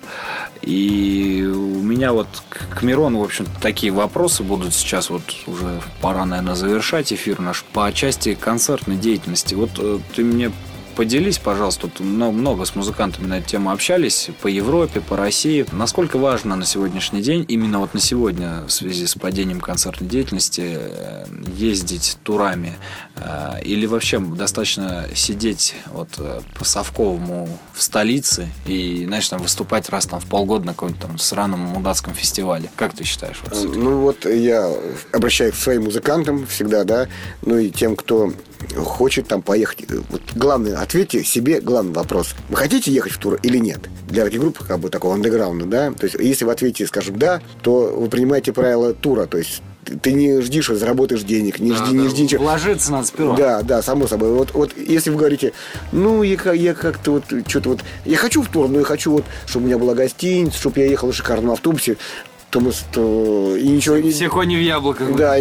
И у меня вот к Мирону, в общем-то, такие вопросы будут сейчас. Вот уже пора, наверное, завершать эфир наш по части концертной деятельности. Вот ты мне поделись, пожалуйста, тут много с музыкантами на эту тему общались, по Европе, по России. Насколько важно на сегодняшний день, именно вот на сегодня, в связи с падением концертной деятельности, ездить турами? Или вообще достаточно сидеть вот по Совковому в столице и, знаешь, там выступать раз там в полгода на каком-то там сраном мудацком фестивале? Как ты считаешь? Вот, ну вот я обращаюсь к своим музыкантам всегда, да, ну и тем, кто хочет там поехать. Вот главное, ответьте себе главный вопрос. Вы хотите ехать в тур или нет? Для таких групп, как бы такого андеграунда, да? То есть, если вы ответите, скажем, да, то вы принимаете правила тура, то есть ты не жди, что заработаешь денег, не жди ничего. Вложиться надо сперва. Да, само собой. Вот если вы говорите, ну, я как-то вот, что-то вот, я хочу в тур, но я хочу вот, чтобы у меня была гостиница, чтобы я ехал в шикарном автобусе, и ничего... Все кони в яблоках. Да,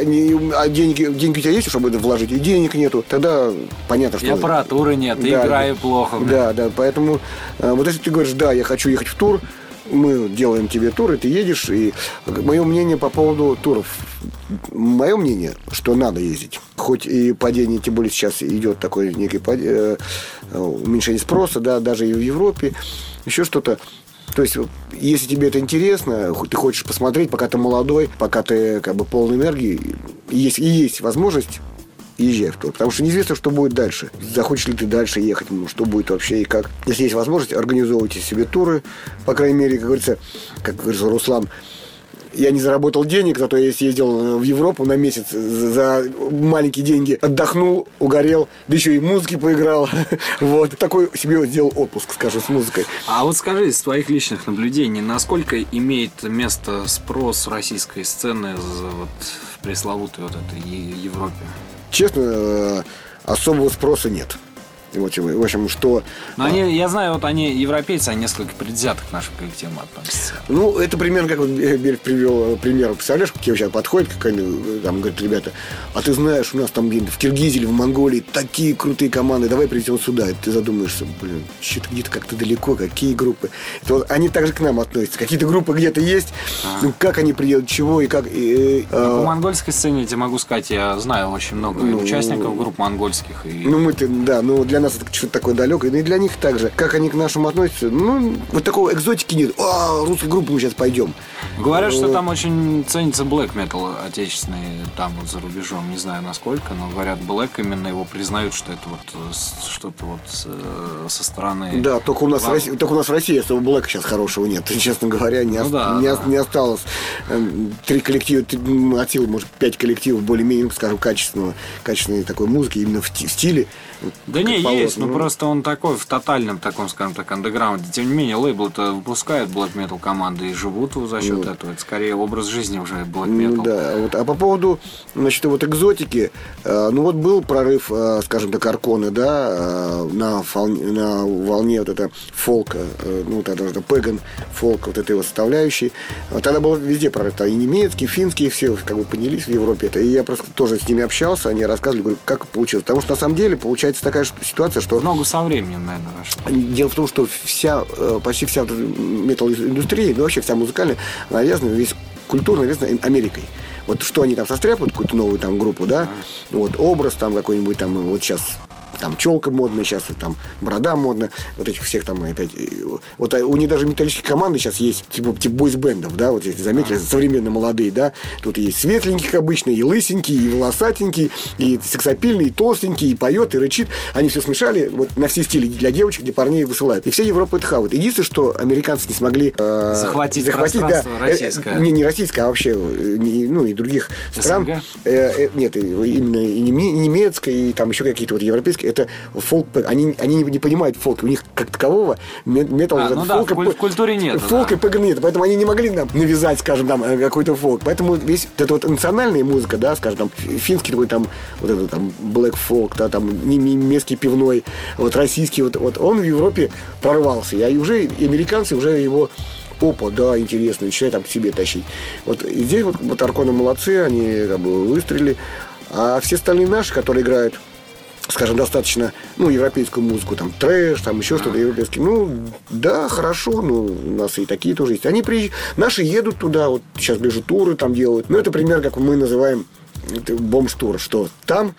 а деньги у тебя есть, чтобы это вложить, и денег нету, тогда понятно, что... И аппаратуры нет, и играю плохо. Да, поэтому вот если ты говоришь, да, я хочу ехать в тур, мы делаем тебе тур, и ты едешь, и мое мнение по поводу туров, мое мнение, что надо ездить. Хоть и падение, тем более сейчас идет такое некое уменьшение спроса, да, даже и в Европе, еще что-то. То есть, если тебе это интересно, ты хочешь посмотреть, пока ты молодой, пока ты как бы полной энергии, и есть возможность, езжай в тур. Потому что неизвестно, что будет дальше. Захочешь ли ты дальше ехать, что будет вообще и как. Если есть возможность, организовывайте себе туры. По крайней мере, как говорится Руслан, я не заработал денег, зато я съездил в Европу на месяц за маленькие деньги, отдохнул, угорел, да еще и музыки поиграл. Вот. Такой себе сделал отпуск, скажем, с музыкой. А вот скажи, из твоих личных наблюдений, насколько имеет место спрос российской сцены вот в пресловутой вот этой Европе? Честно, особого спроса нет. В общем, что... Но я знаю, вот они, европейцы, они несколько предвзято к нашим коллективам относятся. Ну, это примерно, как вот Берг привел пример. Представляешь, к тебе сейчас подходит какая-нибудь, там, говорит, ребята, а ты знаешь, у нас там в Киргизии или в Монголии такие крутые команды, давай привезем сюда. И ты задумаешься, что-то где-то как-то далеко, какие группы. Это вот они также к нам относятся. Какие-то группы где-то есть, ну, как они приедут, чего и как... По монгольской сцене, я тебе могу сказать, я знаю очень много участников групп монгольских. Для нас это что-то такое далекое, и для них также. Как они к нашему относятся, вот такого экзотики нет. Русской группы мы сейчас пойдем. Говорят, что там очень ценится black metal отечественный, там вот за рубежом, не знаю насколько, но говорят, black именно его признают, что это вот что-то вот со стороны... Да, только у нас в России особо блэка сейчас хорошего нет, честно говоря, не осталось. 3 коллектива, от силы, может, 5 коллективов более-менее, скажем, качественной такой музыки, именно в стиле. Да не, есть, но просто он такой в тотальном таком, скажем так, андеграунде. Тем не менее, лейблы-то выпускают black metal команды и живут за счет этого. Это скорее образ жизни уже black metal. А по поводу, значит, вот экзотики, был прорыв, скажем так, Арконы, да, на волне вот это фолка, это пэган фолк, вот этой вот составляющей. Тогда был везде прорыв, и немецкий, и финский, все как бы поднялись в Европе. И я просто тоже с ними общался, они рассказывали, говорю, как получилось. Потому что на самом деле получается такая ситуация, что... Много со временем, наверное, вошло. Дело в том, что почти вся метал-индустрия, вообще вся музыкальная, она навязана, весь культурно навязана Америкой. Вот что они там состряпают, какую-то новую там группу, да, вот образ там какой-нибудь там, вот сейчас там челка модная, сейчас там борода модная, вот этих всех там опять. Вот у них даже металлические команды сейчас есть, типа бойсбендов, да, вот если заметили, современно молодые, да, тут есть светленьких обычно, и лысенький, и волосатенький, и сексапильный, и толстенький, и поет, и рычит. Они все смешали вот на все стили, для девочек, для парней высылают. И вся Европа это хавает. Единственное, что американцы не смогли захватить пространство российское. Не российское, а вообще, и других стран. Нет, именно и немецкое, и там еще какие-то вот европейские. Это фолк, они не понимают фолк, у них как такового металла фолка, в культуре нет. Фолк и пэган нет, поэтому они не могли нам навязать, скажем, там какой-то фолк. Поэтому весь эта вот национальная музыка, да, скажем, там финский такой там вот этот там black folk, да, там немецкий пивной, вот российский, вот он в Европе прорвался, и уже американцы уже его да, интересно, начинают там к себе тащить. Вот и здесь вот Арконы молодцы, они как бы выстрелили, а все остальные наши, которые играют, скажем, достаточно, европейскую музыку, там, трэш, там, еще что-то европейский. Да, хорошо, у нас и такие тоже есть. Они наши едут туда, вот сейчас ближе туры там делают. Это пример, как мы называем бомж-тур, что там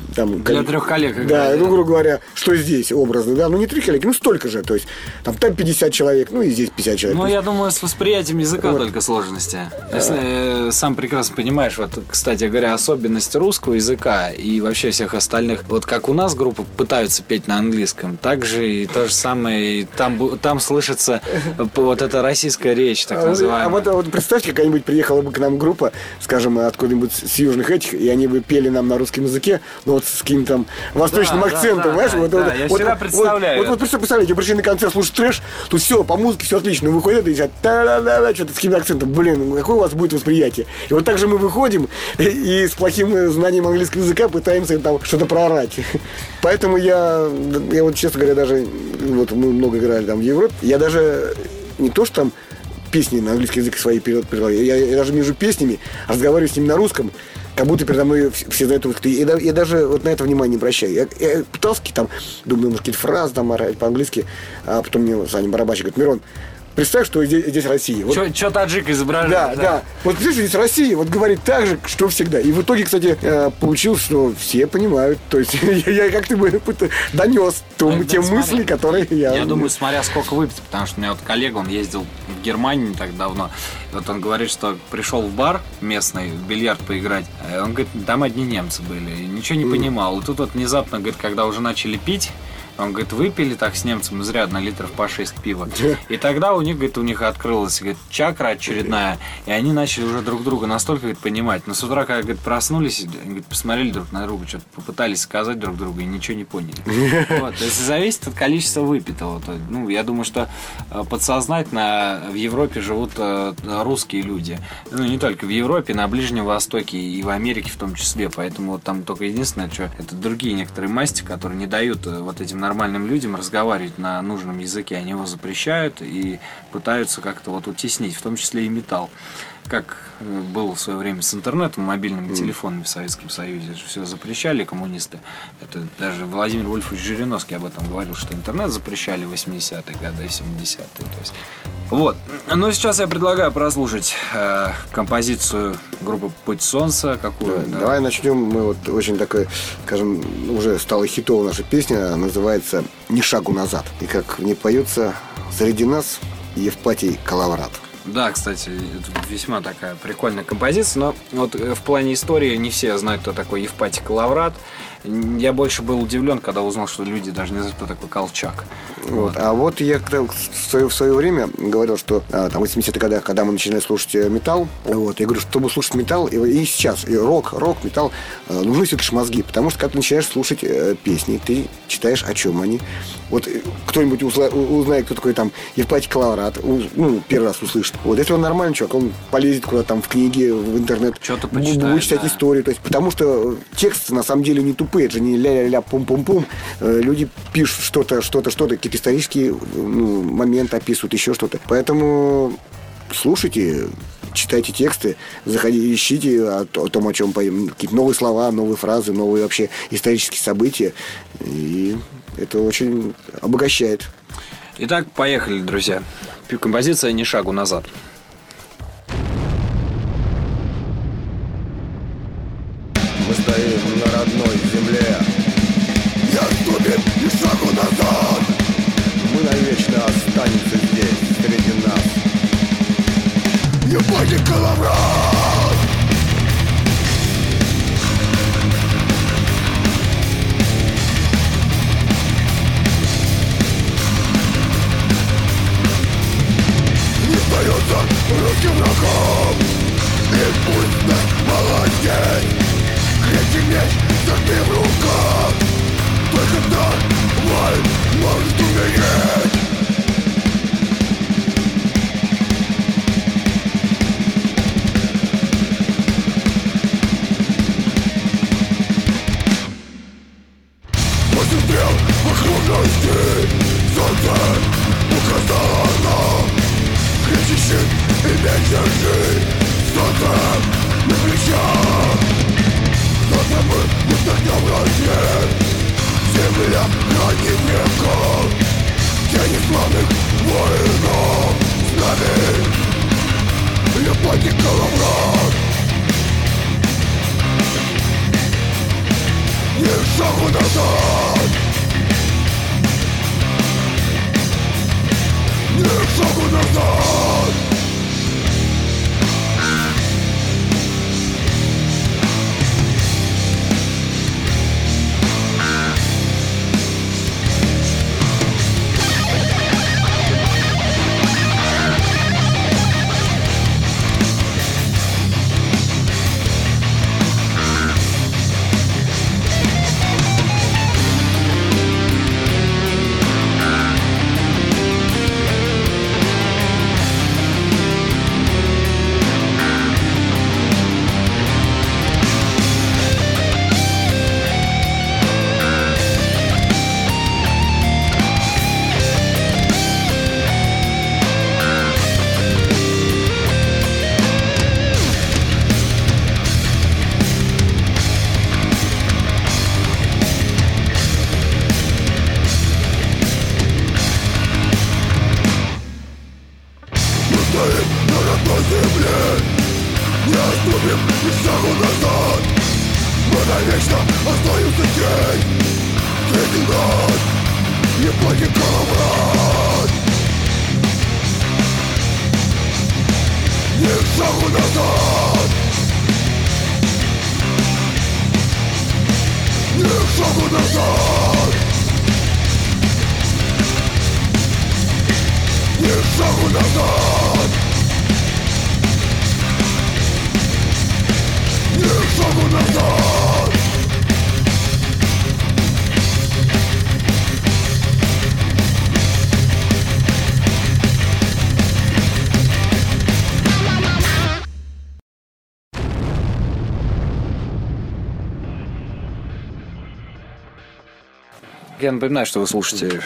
там... Для 3 коллег. Да, ну, грубо говоря, что здесь образно, да, ну, не 3 коллеги, ну, столько же, то есть, там 50 человек, ну, и здесь 50 человек. Ну, я думаю, с восприятием языка Вот. только сложности. Если сам прекрасно понимаешь, вот, кстати говоря, особенность русского языка и вообще всех остальных, вот как у нас группы пытаются петь на английском, так же и то же самое, и там слышится вот эта российская речь, так называемая. А вот представьте, какая-нибудь приехала бы к нам группа, скажем, откуда-нибудь с южных этих, и они бы пели нам на русском языке, но вот с каким-то там восточным акцентом, понимаешь? Я всегда представляю. Вот представляете, пришли на концерт слушать трэш, тут все, по музыке все отлично, выходят и говорят, та-да-да-да, что-то с каким акцентом, блин, какое у вас будет восприятие? И вот так же мы выходим и с плохим знанием английского языка пытаемся там что-то проорать. Поэтому я вот, честно говоря, даже, вот мы много играли там в Европе, я даже не то, что там песни на английский язык свои перевожу, я даже между песнями разговариваю с ними на русском, как будто передо мной все знают русский. Я даже вот на это внимание не обращаю. Я пытался там, думаю, может, какие-то фразы там орать по-английски, а потом мне Саня барабанщик говорит: Мирон, представь, что здесь Россия. Вот, Чё таджик изображает? да. Вот представь, что здесь Россия, вот говорит так же, что всегда. И в итоге, кстати, получилось, что все понимают. То есть я как-то бы донес те мысли, которые я... Я думаю, смотря сколько выпить, потому что у меня вот коллега, он ездил в Германию не так давно. И вот он говорит, что пришел в бар местный, в бильярд поиграть. Он говорит, там одни немцы были, и ничего не понимал. И тут вот внезапно, говорит, когда уже начали пить, он говорит, выпили так с немцем изрядно литров по 6 пива. И тогда у них открылась, говорит, чакра очередная, и они начали уже друг друга настолько, говорит, понимать. Но с утра, когда, говорит, проснулись, говорит, посмотрели друг на друга, что-то попытались сказать друг другу и ничего не поняли. Вот. То есть зависит от количества выпитого. Ну, я думаю, что подсознательно в Европе живут русские люди. Ну, не только в Европе, на Ближнем Востоке и в Америке в том числе. Поэтому вот там только единственное, что это другие некоторые масти, которые не дают вот этим нормальным людям разговаривать на нужном языке. Они его запрещают и пытаются как-то вот утеснить, в том числе и металл. Как было в свое время с интернетом, мобильными телефонами в Советском Союзе. Все запрещали коммунисты. Это даже Владимир Вольфович Жириновский об этом говорил, что интернет запрещали в 80-е годы и 70-е. То есть, вот. Но сейчас я предлагаю прослушать композицию группы «Путь солнца». Какую? Да. Давай начнем. Мы вот очень такая, скажем, уже стала хитовая наша песня. Называется «Ни шагу назад». И как в ней поется: «Среди нас Евпатий Калаврат». Да, кстати, это весьма такая прикольная композиция, но вот в плане истории не все знают, кто такой Евпатий Калаврат. Я больше был удивлен, когда узнал, что люди даже не знают, кто такой Колчак. Вот. А вот я когда в свое время говорил, что там в 80-х годах, когда мы начинали слушать металл, вот, я говорю, чтобы слушать металл, и сейчас, и рок, металл, нужны все-таки мозги, потому что когда ты начинаешь слушать песни, ты читаешь, о чем они. Вот кто-нибудь узнает, кто такой там Евпатий Калаврат, ну, первый раз услышит. Вот если он нормальный человек, он полезет куда-то там в книги, в интернет, что-то будет читать историю. То есть, потому что текст на самом деле не тупые, это же не ля-ля-ля, пум-пум-пум. Люди пишут что-то, какие-то исторические моменты описывают, еще что-то. Поэтому слушайте, читайте тексты, заходите, ищите о том, о чем поем, какие-то новые слова, новые фразы, новые вообще исторические события. И это очень обогащает. Итак, поехали, друзья. Композиция «Ни шагу назад». Мы стоим на родной земле. Я ступим ни шагу назад. Мы навечно останемся здесь, среди нас. Евпатий Калаврат. Не сдается русским врагам. И пусть нас молодец. Крепкий меч, согни в руках. Только так воин может умереть. Посмотрел в окружности. Солнце указало нам. Крепкий щит и меч держи. Солнце на плечах. Завтра мы вдохнем рассвет. Земля хранит веков. Тени славных воинов. С нами Евпатий Калаврат. шагу назад, ни шагу назад. Я напоминаю, что вы слушаете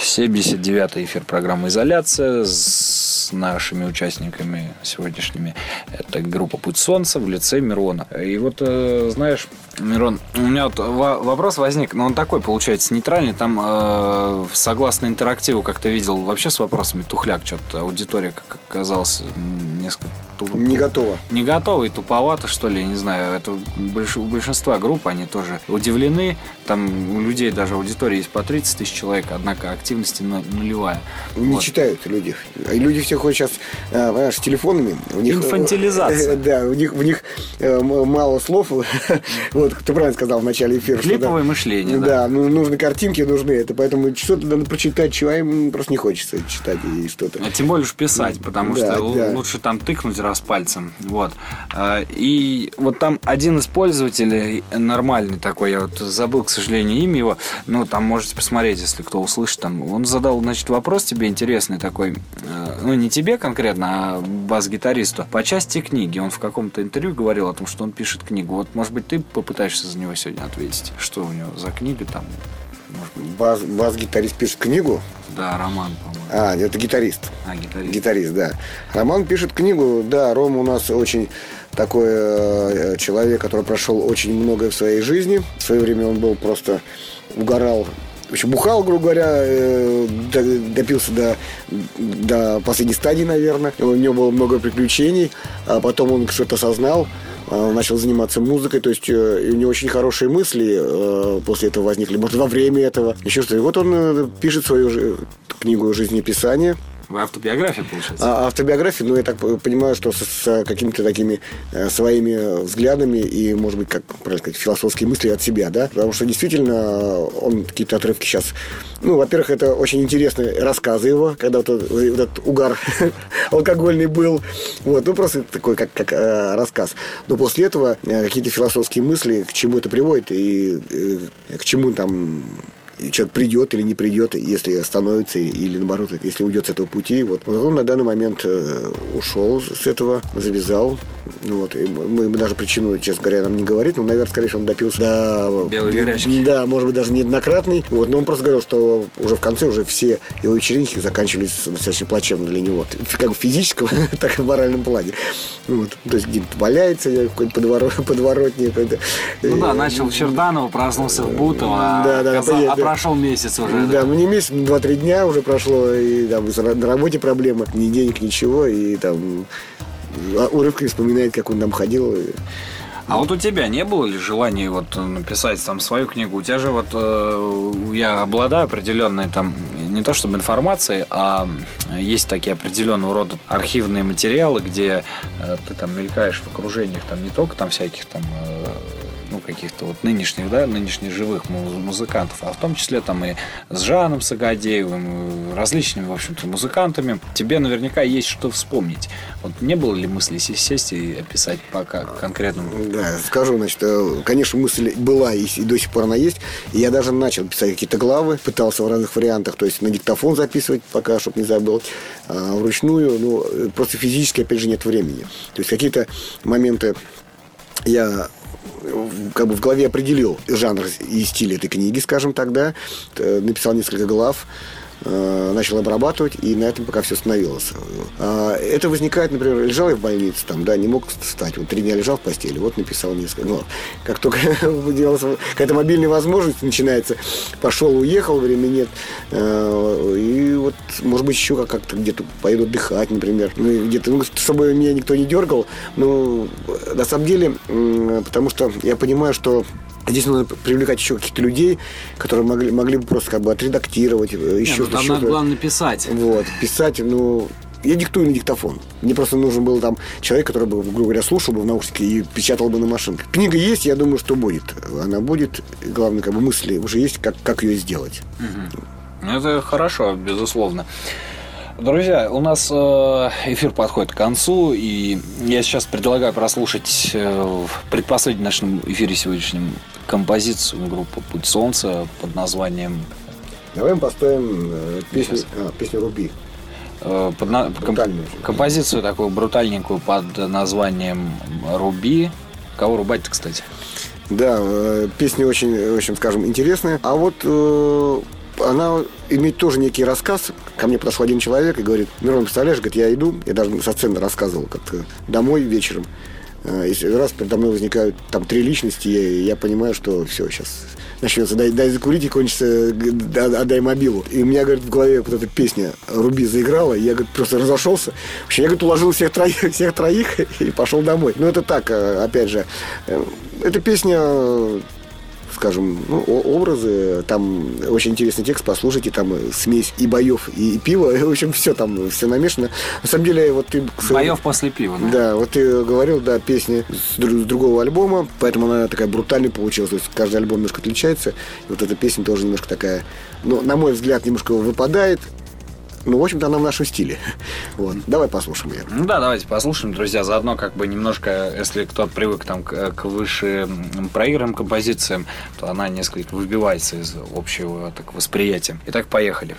79-й эфир программы «Изоляция» с нашими участниками сегодняшними. Это группа «Путь солнца» в лице Мирона. И вот, знаешь, Мирон, у меня вот вопрос возник, но он такой, получается, нейтральный. Там, согласно интерактиву, как ты видел, вообще с вопросами тухляк что-то. Аудитория, как оказалось, несколько... Не готова. Не готова и туповато, что ли, не знаю. Это у большинства групп, они тоже удивлены. Там у людей даже аудитория есть по 30 тысяч человек, однако активности нулевая. Не вот. Читают люди. Люди все ходят сейчас, понимаешь, с телефонами. У них, инфантилизация. Да, у них мало слов. Вот, ты правильно сказал в начале эфира. Клиповое мышление. Да, ну, нужны картинки, нужны это. Поэтому что-то надо прочитать, чего им просто не хочется читать и что-то. А тем более уж писать, потому что лучше там тыкнуть раз пальцем. Вот. И вот там один из пользователей, нормальный такой, я вот забыл, к сожалению, имя его, ну, там можете посмотреть, если кто услышит, там, он задал, значит, вопрос тебе интересный такой, ну, не тебе конкретно, а бас-гитаристу, по части книги. Он в каком-то интервью говорил о том, что он пишет книгу. Вот, может быть, ты попытаешься за него сегодня ответить, что у него за книга там? Бас-гитарист пишет книгу? Да, Роман, по-моему. Это гитарист. Гитарист. Гитарист, да. Роман пишет книгу, да, Рома у нас очень такой человек, который прошел очень многое в своей жизни. В свое время он был просто угорал, в общем, бухал, грубо говоря, допился до последней стадии, наверное. У него было много приключений, а потом он что-то осознал, начал заниматься музыкой, то есть у него очень хорошие мысли после этого возникли, может, во время этого, еще что-то. И вот он пишет свою книгу «Жизнеописание». Автобиография, получается? Автобиография, но я так понимаю, что с какими-то такими своими взглядами и, может быть, как правильно сказать, философские мысли от себя, да, потому что действительно он какие-то отрывки сейчас, ну, во-первых, это очень интересные рассказы его, когда вот этот угар алкогольный был, вот, ну, просто такой, как рассказ, но после этого какие-то философские мысли, к чему это приводит и к чему там человек придет или не придет, если остановится или наоборот, если уйдет с этого пути. Вот. Он на данный момент ушел с этого, завязал. Вот. И мы даже причину, честно говоря, нам не говорит, но, наверное, скорее всего, он допился до белой горячки. Да, может быть, даже неоднократный. Вот. Но он просто говорил, что уже в конце уже все его вечеринки заканчивались достаточно плачевно для него. Как в физическом, так и в моральном плане. Вот. То есть где-то валяется в какой-то подворотне. Ну да, начал в Черданово, проснулся в Бутово, прошел месяц уже. Да, ну не месяц, 2-3 дня уже прошло, и там на работе проблемы, ни денег, ничего, и там урывками вспоминает, как он там ходил. А вот у тебя не было ли желания вот написать там свою книгу? У тебя же вот я обладаю определенной там не то чтобы информацией, а есть такие определенного рода архивные материалы, где ты там мелькаешь в окружениях там не только там всяких там каких-то вот нынешних живых музыкантов, а в том числе там и с Жаном Сагадеевым, различными, в общем-то, музыкантами. Тебе наверняка есть что вспомнить. Вот не было ли мысли сесть и описать пока конкретному? Да, скажу, значит, конечно, мысль была и до сих пор она есть. И я даже начал писать какие-то главы, пытался в разных вариантах, то есть на диктофон записывать пока, чтобы не забыл, вручную, просто физически, опять же, нет времени. То есть какие-то моменты я как бы в голове определил жанр и стиль этой книги, скажем так, да, написал несколько глав, начал обрабатывать, и на этом пока все остановилось. Это возникает, например, лежал я в больнице, там, да, не мог встать, вот 3 дня лежал в постели, вот написал несколько глав. Как только какая-то мобильная возможность начинается, пошел, уехал, времени нет, и вот, может быть, еще как-то где-то поеду отдыхать, например, где-то, с собой меня никто не дергал, но на самом деле, потому что я понимаю, что здесь нужно привлекать еще каких-то людей, которые могли бы просто как бы отредактировать, еще там надо, главное, писать. Вот, писать, я диктую на диктофон. Мне просто нужен был там человек, который бы, грубо говоря, слушал бы в наушнике и печатал бы на машинке. Книга есть, я думаю, что будет. Она будет, главное, как бы мысли уже есть, как ее сделать. Угу. Это хорошо, безусловно. Друзья, у нас эфир подходит к концу, и я сейчас предлагаю прослушать в предпоследнем нашем эфире сегодняшнем композицию группы «Путь солнца» под названием... Давай мы поставим песню «Руби». Композицию такую брутальненькую под названием «Руби». Кого рубать-то, кстати? Да, песня очень, скажем, интересная. А вот... она имеет тоже некий рассказ. Ко мне подошел один человек и говорит: Мирон, представляешь, говорит, я иду, я даже со сцены рассказывал, как-то домой вечером. И раз передо мной возникают там 3 личности, я понимаю, что все, сейчас начнется, дай закурить и кончится, отдай мобилу. И у меня, говорит, в голове вот эта песня «Руби» заиграла, и я, говорит, просто разошелся. В общем, я, говорит, уложил всех троих и пошел домой. Но это так, опять же, эта песня... скажем, образы, там очень интересный текст, послушайте, там смесь и боев, и пива, в общем, все там, все намешано. На самом деле, вот ты... Боев после пива, да? Да, вот ты говорил, да, песни с другого альбома, поэтому она такая брутальная получилась, то есть каждый альбом немножко отличается, и вот эта песня тоже немножко такая, на мой взгляд, немножко выпадает. В общем-то, она в нашем стиле. Вот. Давай послушаем ее. Да, давайте послушаем, друзья. Заодно как бы немножко, если кто-то привык там к выше проигранным композициям, то она несколько выбивается из общего восприятия. Итак, поехали.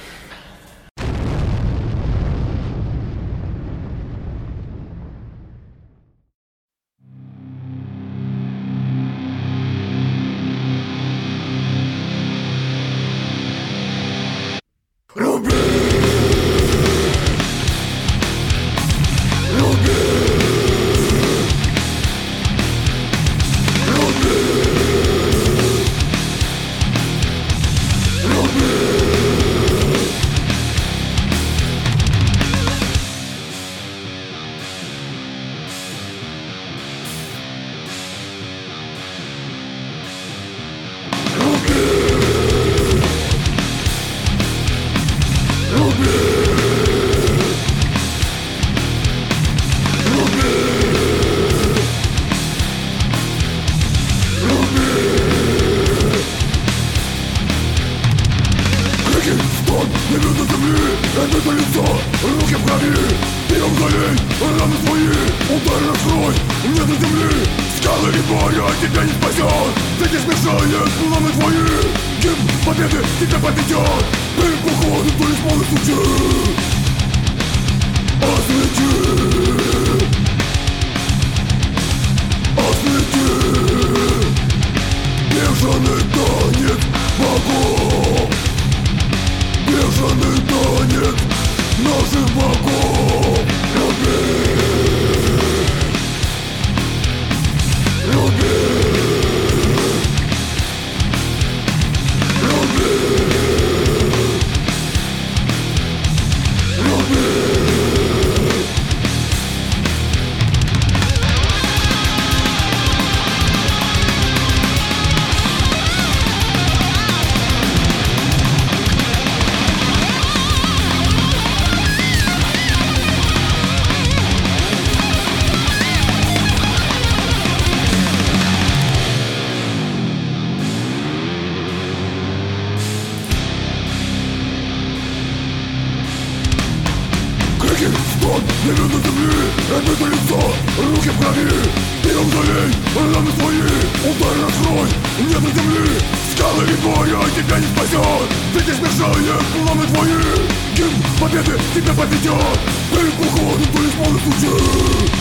спасет, не видно земли, это лицо, руки в крови. И умзолей, раны свои, удар раскрой, небо земли. Скалы и горя тебя не спасет, ветер смешает планы твои. Гимн победы тебя поведет, перед уходом ты лишь полный случай.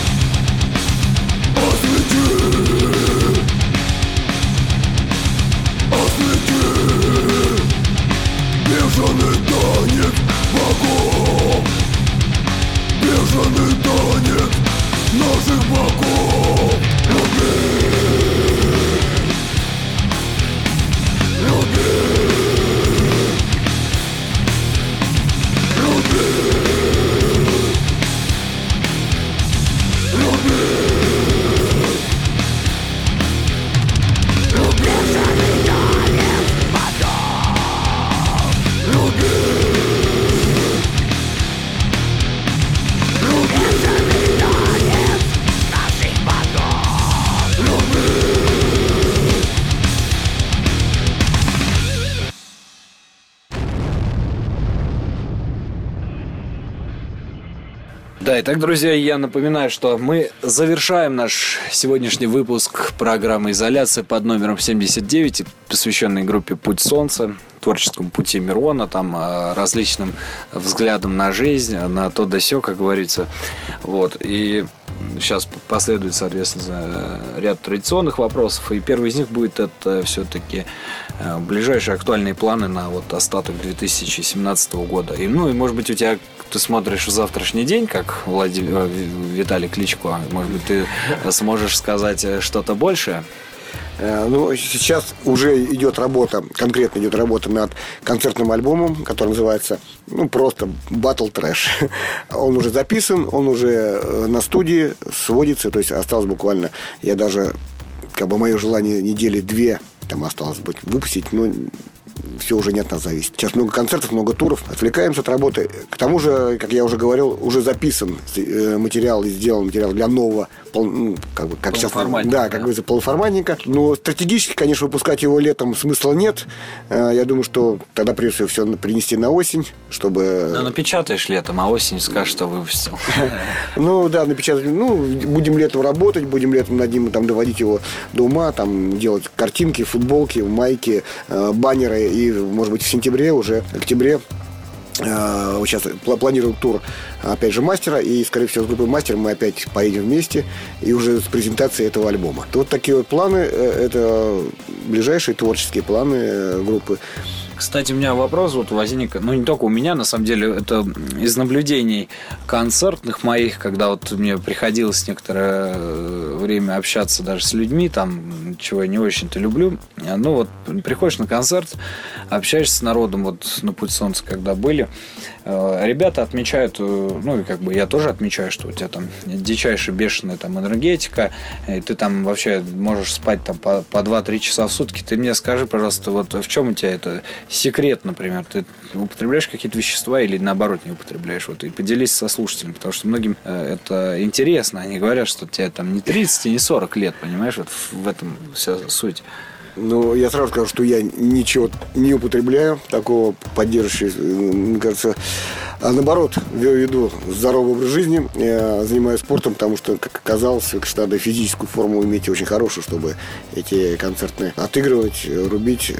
Освети, освети бешеный танец богов, бешеный танец наших богов. Люби, люби, люби, люби. Да, итак, друзья, я напоминаю, что мы завершаем наш сегодняшний выпуск программы «Изоляция» под номером 79, посвященной группе «Путь солнца», творческому пути Мирона, там, различным взглядам на жизнь, на то да сё, как говорится. Вот. И сейчас последует, соответственно, ряд традиционных вопросов. И первый из них будет это все-таки ближайшие актуальные планы на вот остаток 2017 года. И, ну, и, может быть, у тебя ты смотришь в завтрашний день, как Виталий Кличко, может быть, ты сможешь сказать что-то большее? Ну, сейчас уже идет работа, конкретно идет работа над концертным альбомом, который называется, ну, просто Battle Trash. Он уже записан, он уже на студии сводится, то есть осталось буквально, я даже, как бы, мое желание недели 2 там осталось быть выпустить, но все уже не от нас зависит. Сейчас много концертов, много туров. Отвлекаемся от работы. К тому же, как я уже говорил, уже записан материал и сделан материал для нового, как сейчас, да, как говорится, полуформатника. Но стратегически, конечно, выпускать его летом смысла нет. Я думаю, что тогда придется все принести на осень, чтобы... Ну, напечатаешь летом, а осенью скажешь, что выпустил. Ну, да, напечатать. Ну, будем летом работать, будем летом над ним там доводить его до ума, там делать картинки, футболки, майки, баннеры. И, может быть, в сентябре, уже октябре сейчас планируем тур, опять же, мастера. И, скорее всего, с группой мастера мы опять поедем вместе. И уже с презентацией этого альбома. Вот такие вот планы. Это ближайшие творческие планы группы. Кстати, у меня вопрос вот возник, ну, не только у меня, на самом деле, это из наблюдений концертных моих, когда вот мне приходилось некоторое время общаться даже с людьми, там, чего я не очень-то люблю. Ну, вот, приходишь на концерт, общаешься с народом, вот, на «Путь солнца», когда были, ребята отмечают, ну, и как бы я тоже отмечаю, что у тебя там дичайшая бешеная там энергетика, и ты там вообще можешь спать там по 2-3 часа в сутки. Ты мне скажи, пожалуйста, вот в чем у тебя это секрет, например? Ты употребляешь какие-то вещества или наоборот не употребляешь? Вот, и поделись со слушателями, потому что многим это интересно. Они говорят, что тебе там не 30 и не 40 лет, понимаешь? Вот в этом вся суть. Ну, я сразу скажу, что я ничего не употребляю такого поддерживающего, мне кажется, а наоборот, веду здоровый образ жизни, я занимаюсь спортом, потому что, как оказалось, что надо физическую форму иметь очень хорошую, чтобы эти концертные отыгрывать, рубить.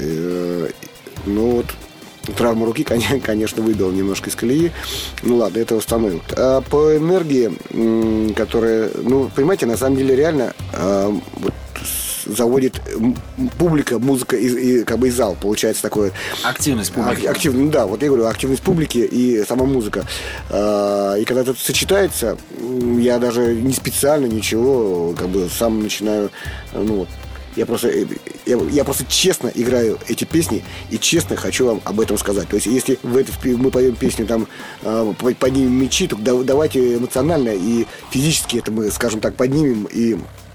Ну, вот травма руки, конечно, выбила немножко из колеи. Ну ладно, это восстановим. А по энергии, которая, ну, понимаете, на самом деле реально вот, заводит публика, музыка и как бы и зал, получается такое. Активность публики. Да, вот я говорю, активность публики и сама музыка. И когда это сочетается, я даже не специально ничего, как бы сам начинаю, ну вот. Я просто честно играю эти песни и честно хочу вам об этом сказать. То есть, если мы поем песню, там, поднимем мячи, то давайте эмоционально и физически это мы, скажем так, поднимем и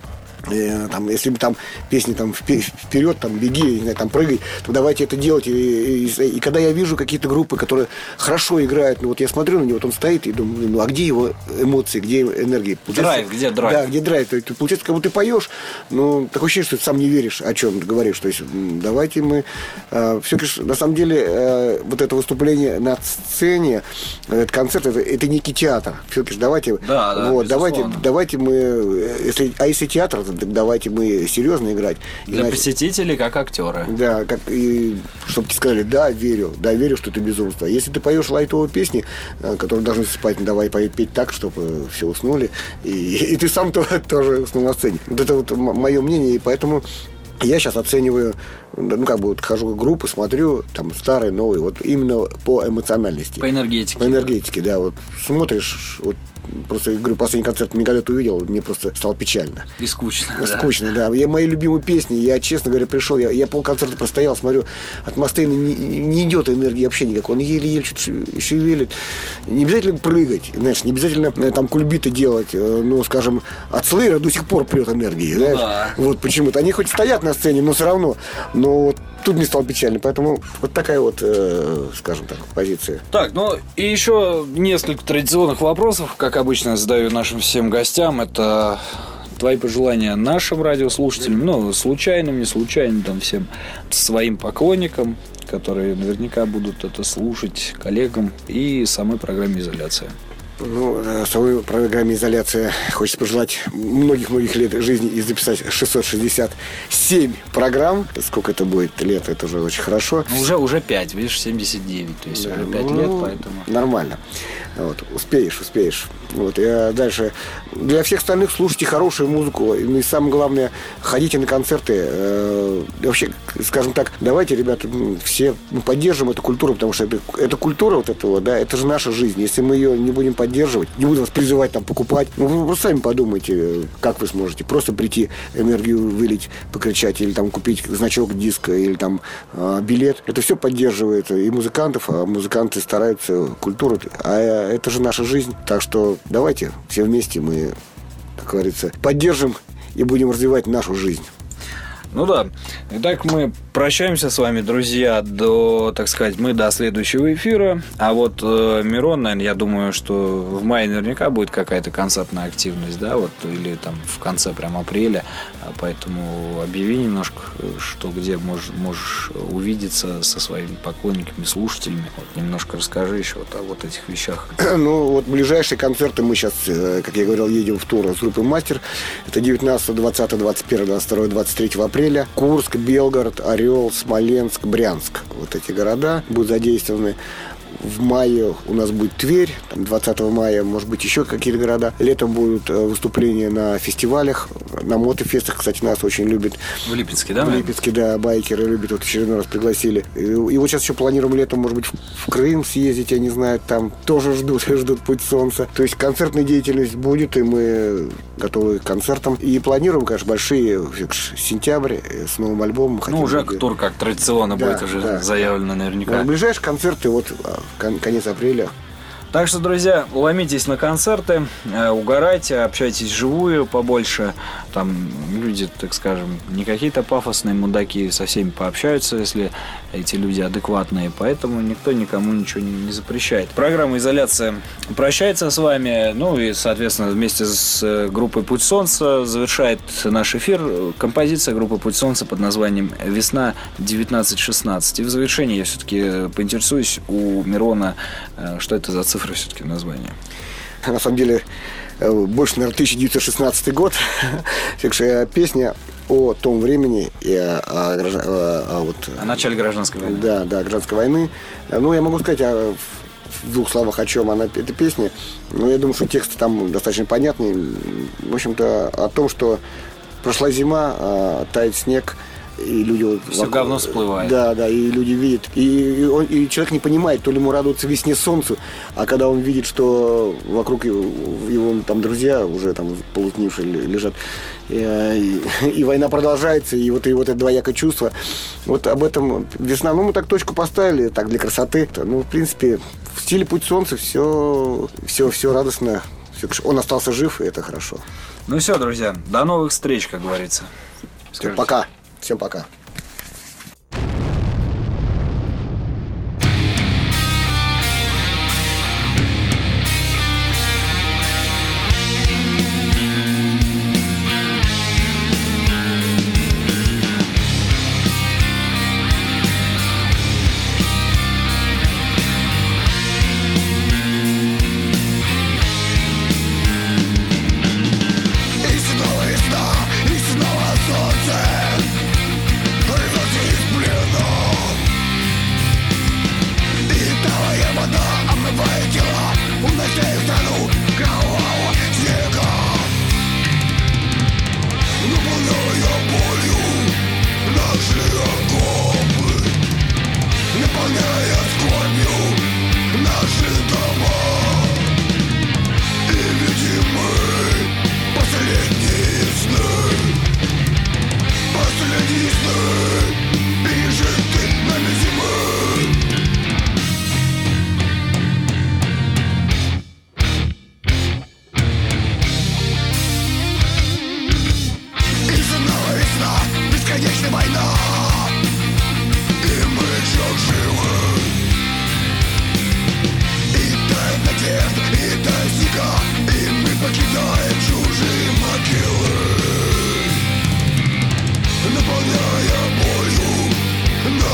Там, если бы там песни там вперед, там беги, не знаю, там прыгай, то давайте это делать. И когда я вижу какие-то группы, которые хорошо играют, ну вот я смотрю на него, вот он стоит и думаю, ну а где его эмоции, где его энергия? Драйв, где драйв? Да, где драйв? То есть, получается, как будто ты поешь, но такое ощущение, что ты сам не веришь, о чем ты говоришь. То есть давайте мы... все, на самом деле, вот это выступление на сцене, этот концерт, это некий театр. Все-таки давайте... Да, вот, давайте мы... Если театр, давайте мы серьезно играть. Для посетителей, как актеры. Да, чтобы тебе сказали, да, верю, что это безумство. Если ты поешь лайтовые песни, которые должны спать, давай петь так, чтобы все уснули, и ты сам тоже уснул на сцене. Вот это вот мое мнение, и поэтому я сейчас оцениваю, вот хожу в группы, смотрю, там, старые, новые, вот именно по эмоциональности. По энергетике. По энергетике, да, вот смотришь, вот просто, говорю, последний концерт Мегалет увидел, мне просто стало печально. И скучно. Скучно, да. Мои любимые песни, я, честно говоря, пришел, я полконцерта простоял, смотрю, от Мастейна не идет энергии вообще никакой, он еле-еле что-то шевелит. Не обязательно прыгать, знаешь, не обязательно там кульбиты делать, ну, скажем, от Слэйра до сих пор прет энергии, знаешь. Да. Вот почему-то. Они хоть стоят на сцене, но все равно. Но вот тут мне стало печально, поэтому вот такая вот, скажем так, позиция. Так, ну и еще несколько традиционных вопросов, как обычно задаю нашим всем гостям. Это твои пожелания нашим радиослушателям, ну, случайным, не случайным, там, всем своим поклонникам, которые наверняка будут это слушать, коллегам, и самой программе «Изоляция». Ну, самой программе «Изоляция» хочется пожелать многих-многих лет жизни и записать 667 программ. Сколько это будет лет, это уже очень хорошо. Ну, уже 5, видишь, 79, то есть уже 5 лет, поэтому... Нормально. Вот, успеешь. Вот, и дальше. Для всех остальных слушайте хорошую музыку. И самое главное, ходите на концерты. Вообще, скажем так, давайте, ребята, все поддержим эту культуру, потому что эта культура вот этого, да, это же наша жизнь. Если мы ее не будем поддерживать, не будем вас призывать там покупать, ну, вы просто сами подумайте, как вы сможете просто прийти, энергию вылить, покричать, или там купить значок диска, или там билет. Это все поддерживает и музыкантов, а музыканты стараются культуру. А это же наша жизнь. Так что давайте все вместе мы, как говорится, поддержим и будем развивать нашу жизнь. Ну да. Итак, мы прощаемся с вами, друзья, до следующего эфира. А вот Мирон, наверное, я думаю, что в мае наверняка будет какая-то концертная активность, да, вот, или там в конце прям апреля. Поэтому объяви немножко, что где можешь увидеться со своими поклонниками, слушателями. Вот, немножко расскажи еще о вот этих вещах. Ну, вот ближайшие концерты мы сейчас, как я говорил, едем в тур с группой «Мастер». Это 19, 20, 21, 22, 23 апреля. Курск, Белгород, Орел, Смоленск, Брянск. Вот эти города будут задействованы. В мае у нас будет Тверь, там 20 мая, может быть, еще какие-то города. Летом будут выступления на фестивалях, на мотофестах, кстати, нас очень любят. В Липецке, да? В Липецке, да, байкеры любят, вот очередной раз пригласили. И вот сейчас еще планируем летом, может быть, в Крым съездить, я не знаю, там тоже ждут «Путь солнца». То есть концертная деятельность будет, и мы готовы к концертам. И планируем, конечно, большие, сентябрь с новым альбомом. Ну, уже тур, как традиционно, будет уже заявлено наверняка. Ближайшие концерты, вот конец апреля. Так что, друзья, ломитесь на концерты, угорайте, общайтесь вживую побольше. Там люди, так скажем, не какие-то пафосные мудаки, со всеми пообщаются, если эти люди адекватные. Поэтому никто никому ничего не запрещает. Программа «Изоляция» прощается с вами. Ну и, соответственно, вместе с группой «Путь солнца» завершает наш эфир композиция группы «Путь солнца» под названием «Весна 1916». И в завершении я все-таки поинтересуюсь у Мирона, что это за цифра все-таки название. На самом деле, больше, наверное, 1916 год. Песня о том времени и о начале гражданской войны. Да, гражданской войны. Ну, я могу сказать в двух словах, о чем эта песня. Но я думаю, что тексты там достаточно понятные. В общем-то, о том, что прошла зима, тает снег, и люди все говно всплывает. Да, и люди видят. И человек не понимает, то ли ему радуется весне, солнцу, а когда он видит, что вокруг его там друзья уже там полутнившие лежат, и война продолжается, и вот это двоякое чувство. Вот об этом «Весна». Ну, мы так точку поставили, так, для красоты. Ну, в принципе, в стиле «Путь солнца» все радостно, Он остался жив, и это хорошо. Ну все, друзья, до новых встреч, как говорится. Скажите. Пока. Всем пока. Наполняя болью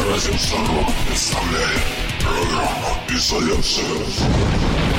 Радио Сорок представляет программу «Изоляция».